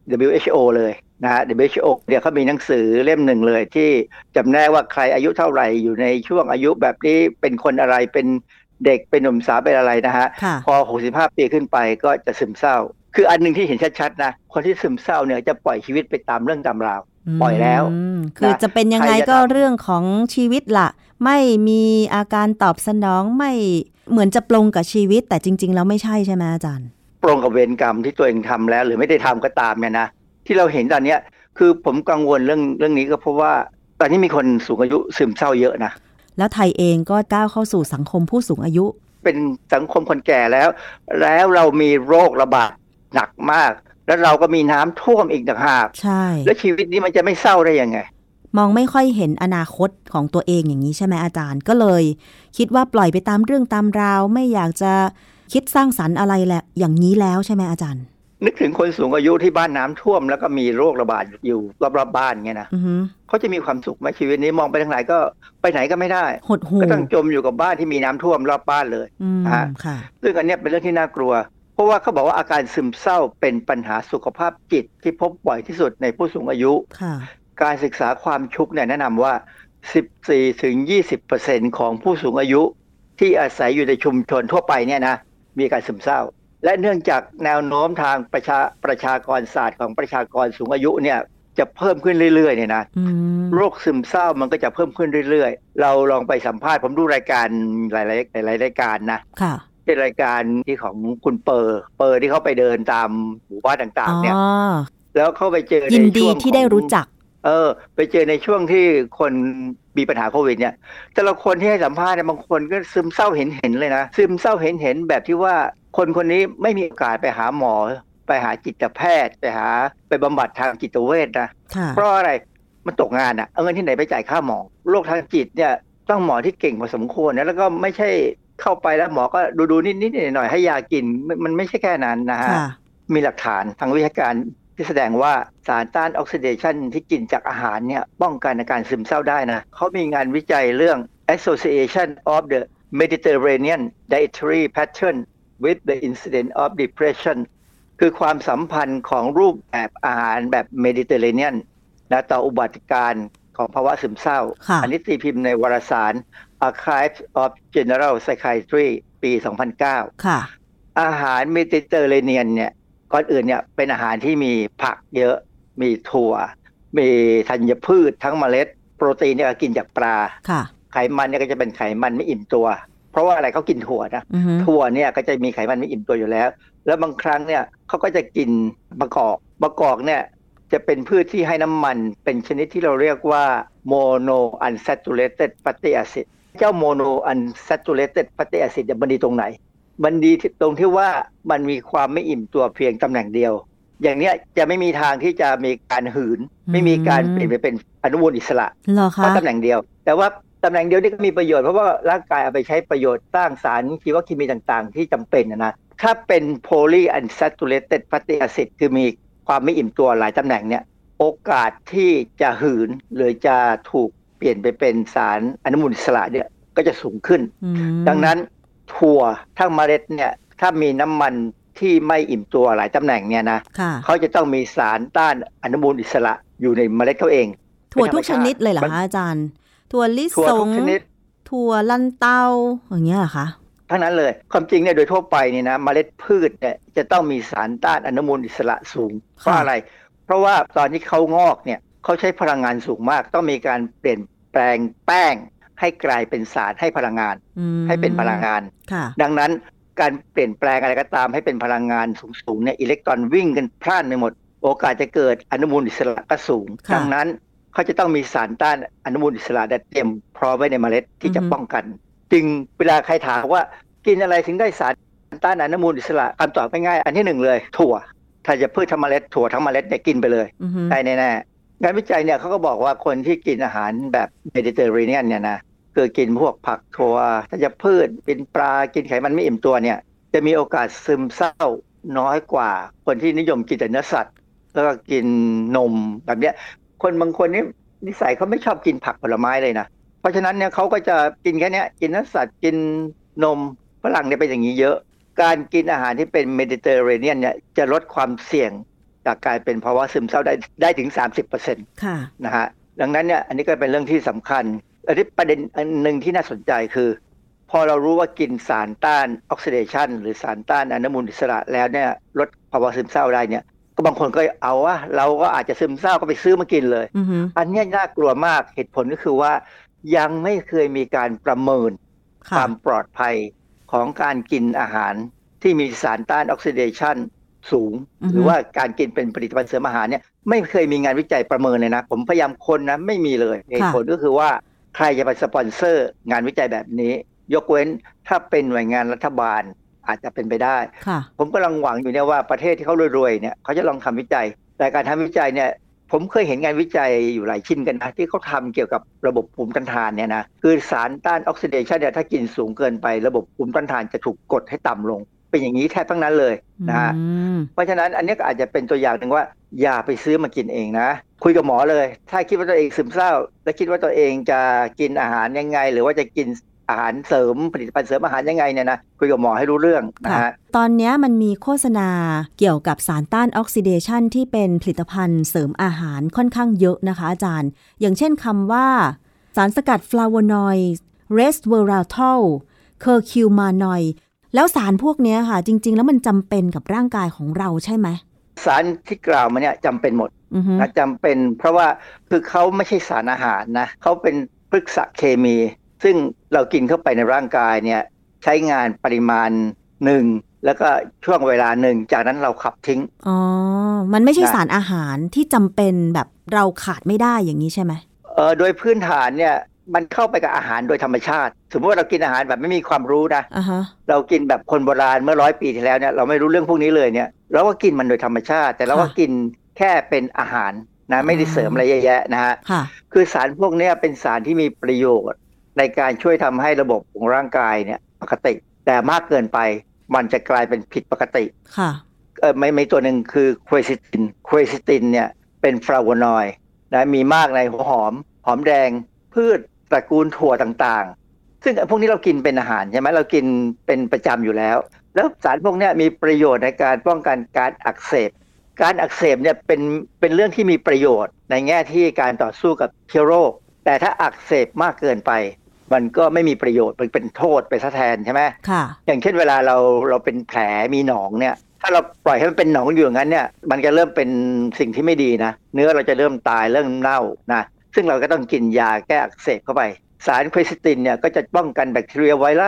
WHO เลยนะฮะ WHO เดี๋ยวเขามีหนังสือเล่มหนึ่งเลยที่จำแนกว่าใครอายุเท่าไหร่อยู่ในช่วงอายุแบบนี้เป็นคนอะไรเป็นเด็กเป็นหนุ่มสาวเป็นอะไรนะฮะพอ65ปีขึ้นไปก็จะซึมเศร้าคืออันนึงที่เห็นชัดๆนะคนที่ซึมเศร้าเนี่ยจะปล่อยชีวิตไปตามเรื่องตามราวปล่อยแล้วคือจะเป็นยังไงก็เรื่องของชีวิตล่ะไม่มีอาการตอบสนองไม่เหมือนจะปลงกับชีวิตแต่จริงๆแล้วไม่ใช่ใช่ไหมอาจารย์ปลงกับเวรกรรมที่ตัวเองทำแล้วหรือไม่ได้ทำก็ตามเนี่ยนะที่เราเห็นตอนนี้คือผมกังวลเรื่องนี้ก็เพราะว่าตอนนี้มีคนสูงอายุซึมเศร้าเยอะนะแล้วไทยเองก็ก้าวเข้าสู่สังคมผู้สูงอายุเป็นสังคมคนแก่แล้วเรามีโรคระบาดหนักมากแล้วเราก็มีน้ำท่วมอีกต่างหากใช่แล้วชีวิตนี้มันจะไม่เศร้าได้ยังไงมองไม่ค่อยเห็นอนาคตของตัวเองอย่างนี้ใช่ไหมอาจารย์ก็เลยคิดว่าปล่อยไปตามเรื่องตามราวไม่อยากจะคิดสร้างสรรค์อะไรแหละอย่างนี้แล้วใช่ไหมอาจารย์นึกถึงคนสูงอายุที่บ้านน้ำท่วมแล้วก็มีโรคระบาดอยู่รอบๆบ้านเงี้ยนะเขาจะมีความสุขไหมชีวิตนี้มองไปทางไหนก็ไปไหนก็ไม่ได้ก็ต้องจมอยู่กับบ้านที่มีน้ำท่วมรอบบ้านเลยซึ่งอันนี้เป็นเรื่องที่น่ากลัวเพราะว่าเขาบอกว่าอาการซึมเศร้าเป็นปัญหาสุขภาพจิตที่พบบ่อยที่สุดในผู้สูงอายุการศึกษาความทุกข์เนี่ยแนะนำว่า 14-20% ของผู้สูงอายุที่อาศัยอยู่ในชุมชนทั่วไปเนี่ยนะมีอาการซึมเศร้าและเนื่องจากแนวโน้มทางประชากรศาสตร์ของประชากรสูงอายุเนี่ยจะเพิ่มขึ้นเรื่อยๆเนี่ยนะโรคซึมเศร้ามันก็จะเพิ่มขึ้นเรื่อยๆเราลองไปสัมภาษณ์ผมดูรายการหลายรายการนะเป็นรายการที่ของคุณเปอร์ที่เขาไปเดินตามหมู่บ้านต่างๆเนี่ยแล้วเขาไปเจอยินดีที่ได้รู้จักไปเจอในช่วงที่คนมีปัญหาโควิดเนี่ยแต่ละคนที่ให้สัมภาษณ์บางคนก็ซึมเศร้าเห็นเลยนะซึมเศร้าเห็นแบบที่ว่าคนนี้ไม่มีโอกาสไปหาหมอไปหาจิตแพทย์ไปบำบัดทางจิตเวชนะเพราะอะไรมันตกงานอ่ะเอาเงินที่ไหนไปจ่ายค่าหมอโรคทางจิตเนี่ยต้องหมอที่เก่งพอสมควรนะแล้วก็ไม่ใช่เข้าไปแล้วหมอก็ดูนิดๆหน่อยๆให้ยากินมันไม่ใช่แค่นั้นนะฮะมีหลักฐานทางวิชาการที่แสดงว่าสารต้านออกซิเดชันที่กินจากอาหารเนี่ยป้องกันอาการซึมเศร้าได้นะเขามีงานวิจัยเรื่อง Association of the Mediterranean Dietary Pattern with the Incidence of Depression คือความสัมพันธ์ของรูปแบบอาหารแบบเมดิเตอร์เรเนียนนะต่ออุบัติการของภาวะซึมเศร้าอันนี้ตีพิมพ์ในวารสาร Archives of General Psychiatry ปี 2009 อาหารเมดิเตอร์เรเนียนเนี่ยก่อนอื่นเนี่ยเป็นอาหารที่มีผักเยอะมีถั่วมีธัญพืชทั้งเมล็ดโปรตีนเนี่ยกินจากปลาไขมันเนี่ยก็จะเป็นไขมันไม่อิ่มตัวโปราะว่าอะไรเขากินถั่วนะถั่วเนี่ยก็จะมีไขมันไม่อิ่มตัวอยู่แล้วแล้วบางครั้งเนี่ยเขาก็จะกินมะกอกเนี่ยจะเป็นพืชที่ให้น้ำมันเป็นชนิดที่เราเรียกว่า mono unsaturated fatty acid เจ้า mono unsaturated fatty acid เนี่ยมันดีตรงไหนมันดีตรงที่ว่ามันมีความไม่อิ่มตัวเพียงตำแหน่งเดียวอย่างเนี้ยจะไม่มีทางที่จะมีการหืนไม่มีการเปลี่ยนไปเป็นอนุมูลอิสระเพราะตำแหน่งเดียวแต่ว่าตำแหน่งเดียวนี่ก็มีประโยชน์เพราะว่าร่างกายเอาไปใช้ประโยชน์สร้างสารชีวเคมีต่างๆที่จำเป็นนะถ้าเป็น polyunsaturated fatty acid คือมีความไม่อิ่มตัวหลายตำแหน่งเนี่ยโอกาสที่จะหืนหรือจะถูกเปลี่ยนไปเป็นสารอนุมูลอิสระเนี่ยก็จะสูงขึ้นดังนั้นถั่วทั้งเมล็ดเนี่ยถ้ามีน้ำมันที่ไม่อิ่มตัวหลายตำแหน่งเนี่ยนะเขาจะต้องมีสารต้านอนุมูลอิสระอยู่ในเมล็ดเขาเองถั่วทุกชนิดเลยเหรอคะอาจารย์ถั่วลิสงถั่วลันเตาอย่างเงี้ยเหรอคะทั้งนั้นเลยความจริงเนี่ยโดยทั่วไปนี่นะเมล็ดพืชเนี่ยจะต้องมีสารต้านอนุมูลอิสระสูงเพราะอะไรเพราะว่าตอนที่เขางอกเนี่ยเขาใช้พลังงานสูงมากต้องมีการเปลี่ยนแปลงแป้งให้กลายเป็นสารให้พลังงานให้เป็นพลังงานดังนั้นการเปลี่ยนแปลงอะไรก็ตามให้เป็นพลังงานสูงๆเนี่ยอิเล็กตรอนวิ่งกันพล่านไปหมดโอกาสจะเกิดอนุมูลอิสระก็สูงดังนั้นเขาจะต้องมีสารต้านอนุมูลอิสระเตรียมพร้อมไว้ในเมล็ดที่จะป้องกันจึงเวลาใครถามว่ากินอะไรถึงได้สารต้านอนุมูลอิสระคำตอบง่ายๆอันที่หนึ่งเลยถั่วถ้าจะพืชทั้งเมล็ดถั่วทั้งเมล็ดเนี่ยกินไปเลยได้แน่ๆงานวิจัยเนี่ยเขาก็บอกว่าคนที่กินอาหารแบบเมดิเตอร์เรเนียนเนี่ยนะคือกินพวกผักถั่วถ้าจะพืชเป็นปลากินไขมันไม่อิ่มตัวเนี่ยจะมีโอกาสซึมเศร้าน้อยกว่าคนที่นิยมกินแต่เนื้อสัตว์แล้วก็กินนมแบบเนี้ยคนบางคนนี่นิสัยเขาไม่ชอบกินผักผลไม้เลยนะเพราะฉะนั้นเนี่ยเขาก็จะกินแค่นี้กินเนื้อสัตว์กินนมฝรั่งเนี่ยเป็นอย่างนี้เยอะการกินอาหารที่เป็นเมดิเตอร์เรเนียนเนี่ยจะลดความเสี่ยงจากการเป็นภาวะซึมเศร้าได้ถึง 30% ค่ะนะฮะดังนั้นเนี่ยอันนี้ก็เป็นเรื่องที่สำคัญอันนี้ประเด็นอันนึงที่น่าสนใจคือพอเรารู้ว่ากินสารต้านออกซิเดชันหรือสารต้านอนุมูลอิสระแล้วเนี่ยลดภาวะซึมเศร้าได้เนี่ยก็บางคนก็เอาว่าเราก็อาจจะซึมเศร้าก็ไปซื้อมากินเลย อันนี้น่ากลัวมากเหตุผลก็คือว่ายังไม่เคยมีการประเมินความปลอดภัยของการกินอาหารที่มีสารต้านออกซิเดชันสูงหรือว่าการกินเป็นผลิตภัณฑ์เสริมอาหารเนี่ยไม่เคยมีงานวิจัยประเมินเลยนะผมพยายามค้นนะไม่มีเลยเหตุผลก็คือว่าใครจะไปสปอนเซอร์งานวิจัยแบบนี้ยกเว้นถ้าเป็นหน่วยงานรัฐบาลอาจจะเป็นไปได้ผมก็กำลังหวังอยู่เนี่ยว่าประเทศที่เขารวยๆเนี่ยเขาจะลองทำวิจัยแต่การทำวิจัยเนี่ยผมเคยเห็นงานวิจัยอยู่หลายชิ้นกันนะที่เขาทำเกี่ยวกับระบบภูมิต้านทานเนี่ยนะคือสารต้านออกซิเดชันเนี่ยถ้ากินสูงเกินไประบบภูมิต้านทานจะถูกกดให้ต่ำลงเป็นอย่างนี้แทบทั้งนั้นเลยนะฮะเพราะฉะนั้นอันนี้ก็อาจจะเป็นตัวอย่างหนึ่งว่าอย่าไปซื้อมากินเองนะคุยกับหมอเลยถ้าคิดว่าตัวเองซึมเศร้าและคิดว่าตัวเองจะกินอาหารยังไงหรือว่าจะกินอาหารเสริมผลิตภัณฑ์เสริมอาหารยังไงเนี่ยนะคุยกับหมอให้รู้เรื่องนะฮะตอนนี้มันมีโฆษณาเกี่ยวกับสารต้านออกซิเดชันที่เป็นผลิตภัณฑ์เสริมอาหารค่อนข้างเยอะนะคะอาจารย์อย่างเช่นคำว่าสารสกัดฟลาโวนอยด์เรสเวอราทอลเคอร์คิวมานอยด์แล้วสารพวกนี้ค่ะจริงๆแล้วมันจำเป็นกับร่างกายของเราใช่ไหมสารที่กล่าวมาเนี่ยจำเป็นหมดนะจำเป็นเพราะว่าคือเขาไม่ใช่สารอาหารนะเขาเป็นพฤกษเคมีซึ่งเรากินเข้าไปในร่างกายเนี่ยใช้งานปริมาณหนึ่งแล้วก็ช่วงเวลาหนึ่งจากนั้นเราขับทิ้งอ๋อมันไม่ใช่สารอาหารที่จำเป็นแบบเราขาดไม่ได้อย่างนี้ใช่ไหมโดยพื้นฐานเนี่ยมันเข้าไปกับอาหารโดยธรรมชาติสมมติว่าเรากินอาหารแบบไม่มีความรู้นะ เรากินแบบคนโบราณเมื่อ100 ปีที่แล้วเนี่ยเราไม่รู้เรื่องพวกนี้เลยเนี่ยเราก็กินมันโดยธรรมชาติแต่เราก็กินแค่เป็นอาหารนะไม่ได้เสริมอะไรเยอะแยะนะฮะคือสารพวกนี้เป็นสารที่มีประโยชน์ในการช่วยทำให้ระบบของร่างกายเนี่ยปกติแต่มากเกินไปมันจะกลายเป็นผิดปกติไม่ตัวหนึ่งคือเคอร์ซิตินเนี่ยเป็นฟลาโวนอยด์นะมีมากในหัวหอมแดงพืชตระกูลถั่วต่างๆซึ่งพวกนี้เรากินเป็นอาหารใช่ไหมเรากินเป็นประจำอยู่แล้วสารพวกนี้มีประโยชน์ในการป้องกันการอักเสบเนี่ยเป็นเรื่องที่มีประโยชน์ในแง่ที่การต่อสู้กับเชื้อโรคแต่ถ้าอักเสบมากเกินไปมันก็ไม่มีประโยชน์มันเป็นโทษไปซะแทนใช่ไหมอย่างเช่นเวลาเราเป็นแผลมีหนองเนี่ยถ้าเราปล่อยให้มันเป็นหนองอยู่อย่างนั้นเนี่ยมันจะเริ่มเป็นสิ่งที่ไม่ดีนะเนื้อเราจะเริ่มตายเริ่มเน่านะซึ่งเราก็ต้องกินยาแก้อักเสบเข้าไปสารเคอร์ซิตินเนี่ยก็จะป้องกันแบคทีเรียไวรัสพ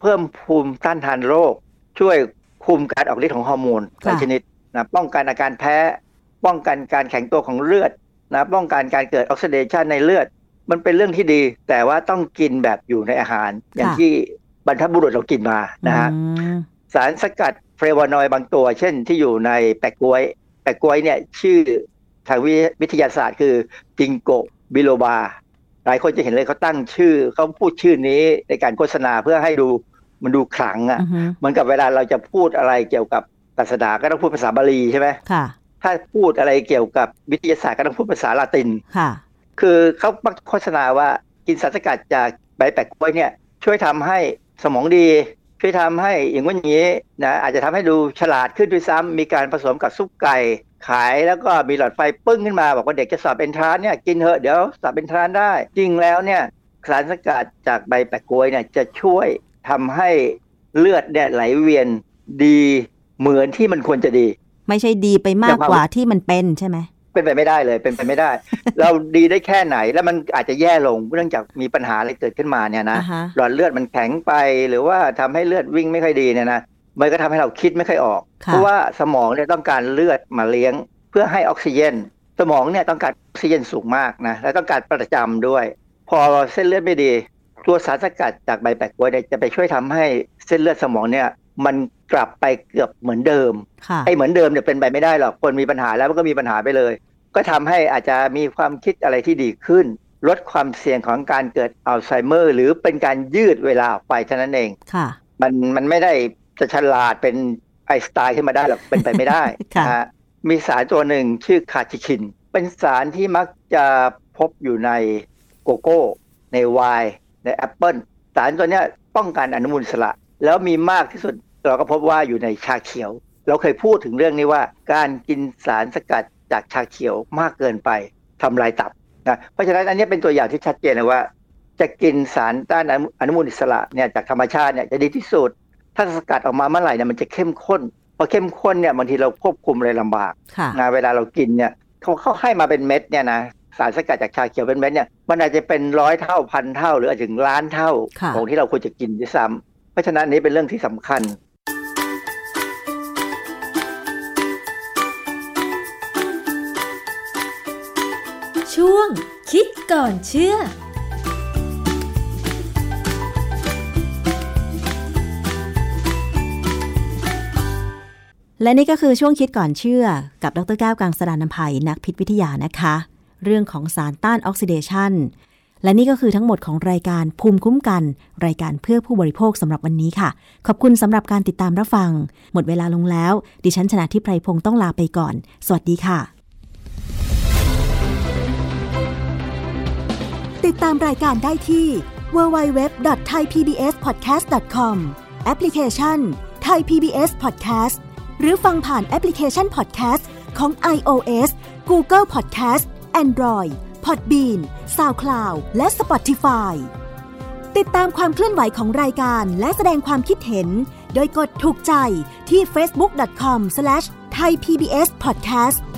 พิ่มภูมิต้านทานโรคช่วยคุมการออกฤทธิ์ของฮอร์โมนหลายชนิดนะป้องกันอาการแพ้ป้องกันการแข็งตัวของเลือดนะป้องกันการเกิดออกซิเดชันในเลือดมันเป็นเรื่องที่ดีแต่ว่าต้องกินแบบอยู่ในอาหารอย่างที่บรรพบุรุษเรากินมานะฮะสารสกัดเฟลโวนอยด์บางตัวเช่นที่อยู่ในแปะก๊วยเนี่ยชื่อทางวิทยาศาสตร์คือจิงโกบิโลบาหลายคนจะเห็นเลยเขาตั้งชื่อเขาพูดชื่อนี้ในการโฆษณาเพื่อให้ดูมันดูขลังอ่ะเหมือนกับเวลาเราจะพูดอะไรเกี่ยวกับศาสนาก็ต้องพูดภาษาบาลีใช่ไหมค่ะถ้าพูดอะไรเกี่ยวกับวิทยาศาสตร์ก็ต้องพูดภาษาละตินค่ะคือเขามักโฆษณาว่ากินสารสกัดจากใบแปะกล้วยเนี่ยช่วยทำให้สมองดีช่วยทำให้อย่างนี้นะอาจจะทำให้ดูฉลาดขึ้นด้วยซ้ำมีการผสมกับซุปไก่ขายแล้วก็มีหลอดไฟปึ้งขึ้นมาบอกว่าเด็กจะสอบเอนทรานซ์เนี่ยกินเถอะเดี๋ยวสอบเอนทรานซ์ได้จริงแล้วเนี่ยสารสกัดจากใบแปะกล้วยเนี่ยจะช่วยทำให้เลือดเนี่ยไหลเวียนดีเหมือนที่มันควรจะดีไม่ใช่ดีไปมากกว่าที่มันเป็นใช่ไหมเป็นไปไม่ได้เลยเป็นไปไม่ได้ เราดีได้แค่ไหนแล้วมันอาจจะแย่ลงเนื่องจากมีปัญหาอะไรเกิดขึ้นมาเนี่ยนะหลอดเลือดมันแข็งไปหรือว่าทำให้เลือดวิ่งไม่ค่อยดีเนี่ยนะมันก็ทำให้เราคิดไม่ค่อยออกเพราะว่าสมองเนี่ยต้องการเลือดมาเลี้ยงเพื่อให้ออกซิเจนสมองเนี่ยต้องการออกซิเจนสูงมากนะและต้องการประจำด้วยพอเส้นเลือดไม่ดีตัวสารสกัดจากใบแปะกล้วยเนี่ยจะไปช่วยทำให้เส้นเลือดสมองเนี่ยมันกลับไปเกือบเหมือนเดิมไอ้เหมือนเดิมเนี่ยเป็นไปไม่ได้หรอกคนมีปัญหาแล้วมันก็มีปัญหาไปเลยก็ทำให้อาจจะมีความคิดอะไรที่ดีขึ้นลดความเสี่ยงของการเกิดอัลไซเมอร์หรือเป็นการยืดเวลาออกไปเท่านั้นเองมันไม่ได้จะฉลาดเป็นไอน์สไตน์ขึ้นมาได้หรอกเป็นไปไม่ได้ มีสารตัวหนึ่งชื่อคาเทคินเป็นสารที่มักจะพบอยู่ในโกโก้ในไวน์ในแอปเปิลสารตัวนี้ป้องกันอนุมูลอิสระแล้วมีมากที่สุดเราก็พบว่าอยู่ในชาเขียวเราเคยพูดถึงเรื่องนี้ว่าการกินสารสกัดจากชาเขียวมากเกินไปทำลายตับนะเพราะฉะนั้นอันนี้เป็นตัวอย่างที่ชัดเจนเลยว่าจะกินสารต้านอนุมูลอิสระเนี่ยจากธรรมชาติเนี่ยจะดีที่สุดถ้าสกัดออกมาเมื่อไหร่เนี่ยมันจะเข้มข้นพอเข้มข้นเนี่ยบางทีเราควบคุมอะไรลำบากนะเวลาเรากินเนี่ยเขาให้มาเป็นเม็ดเนี่ยนะสารสกัดจากชาเขียวเป็นเม็ดเนี่ยมันอาจจะเป็น100 เท่าพันเท่าหรืออาจจะถึงล้านเท่าของที่เราควรจะกินด้วยซ้ำเพราะฉะนั้นนี้เป็นเรื่องที่สำคัญช่วงคิดก่อนเชื่อและนี่ก็คือช่วงคิดก่อนเชื่อกับดร.แก้วกังสดาลอำไพนักพิษวิทยานะคะเรื่องของสารต้านออกซิเดชันและนี่ก็คือทั้งหมดของรายการภูมิคุ้มกันรายการเพื่อผู้บริโภคสำหรับวันนี้ค่ะขอบคุณสำหรับการติดตามรับฟังหมดเวลาลงแล้วดิฉันชนาธิไพรพงศ์ต้องลาไปก่อนสวัสดีค่ะติดตามรายการได้ที่ www.thaipbspodcast.com แอปพลิเคชัน Thai PBS Podcast หรือฟังผ่านแอปพลิเคชัน Podcast ของ iOS Google Podcast Android Podbean SoundCloud และ Spotify ติดตามความเคลื่อนไหวของรายการและแสดงความคิดเห็นโดยกดถูกใจที่ facebook.com/thaipbspodcast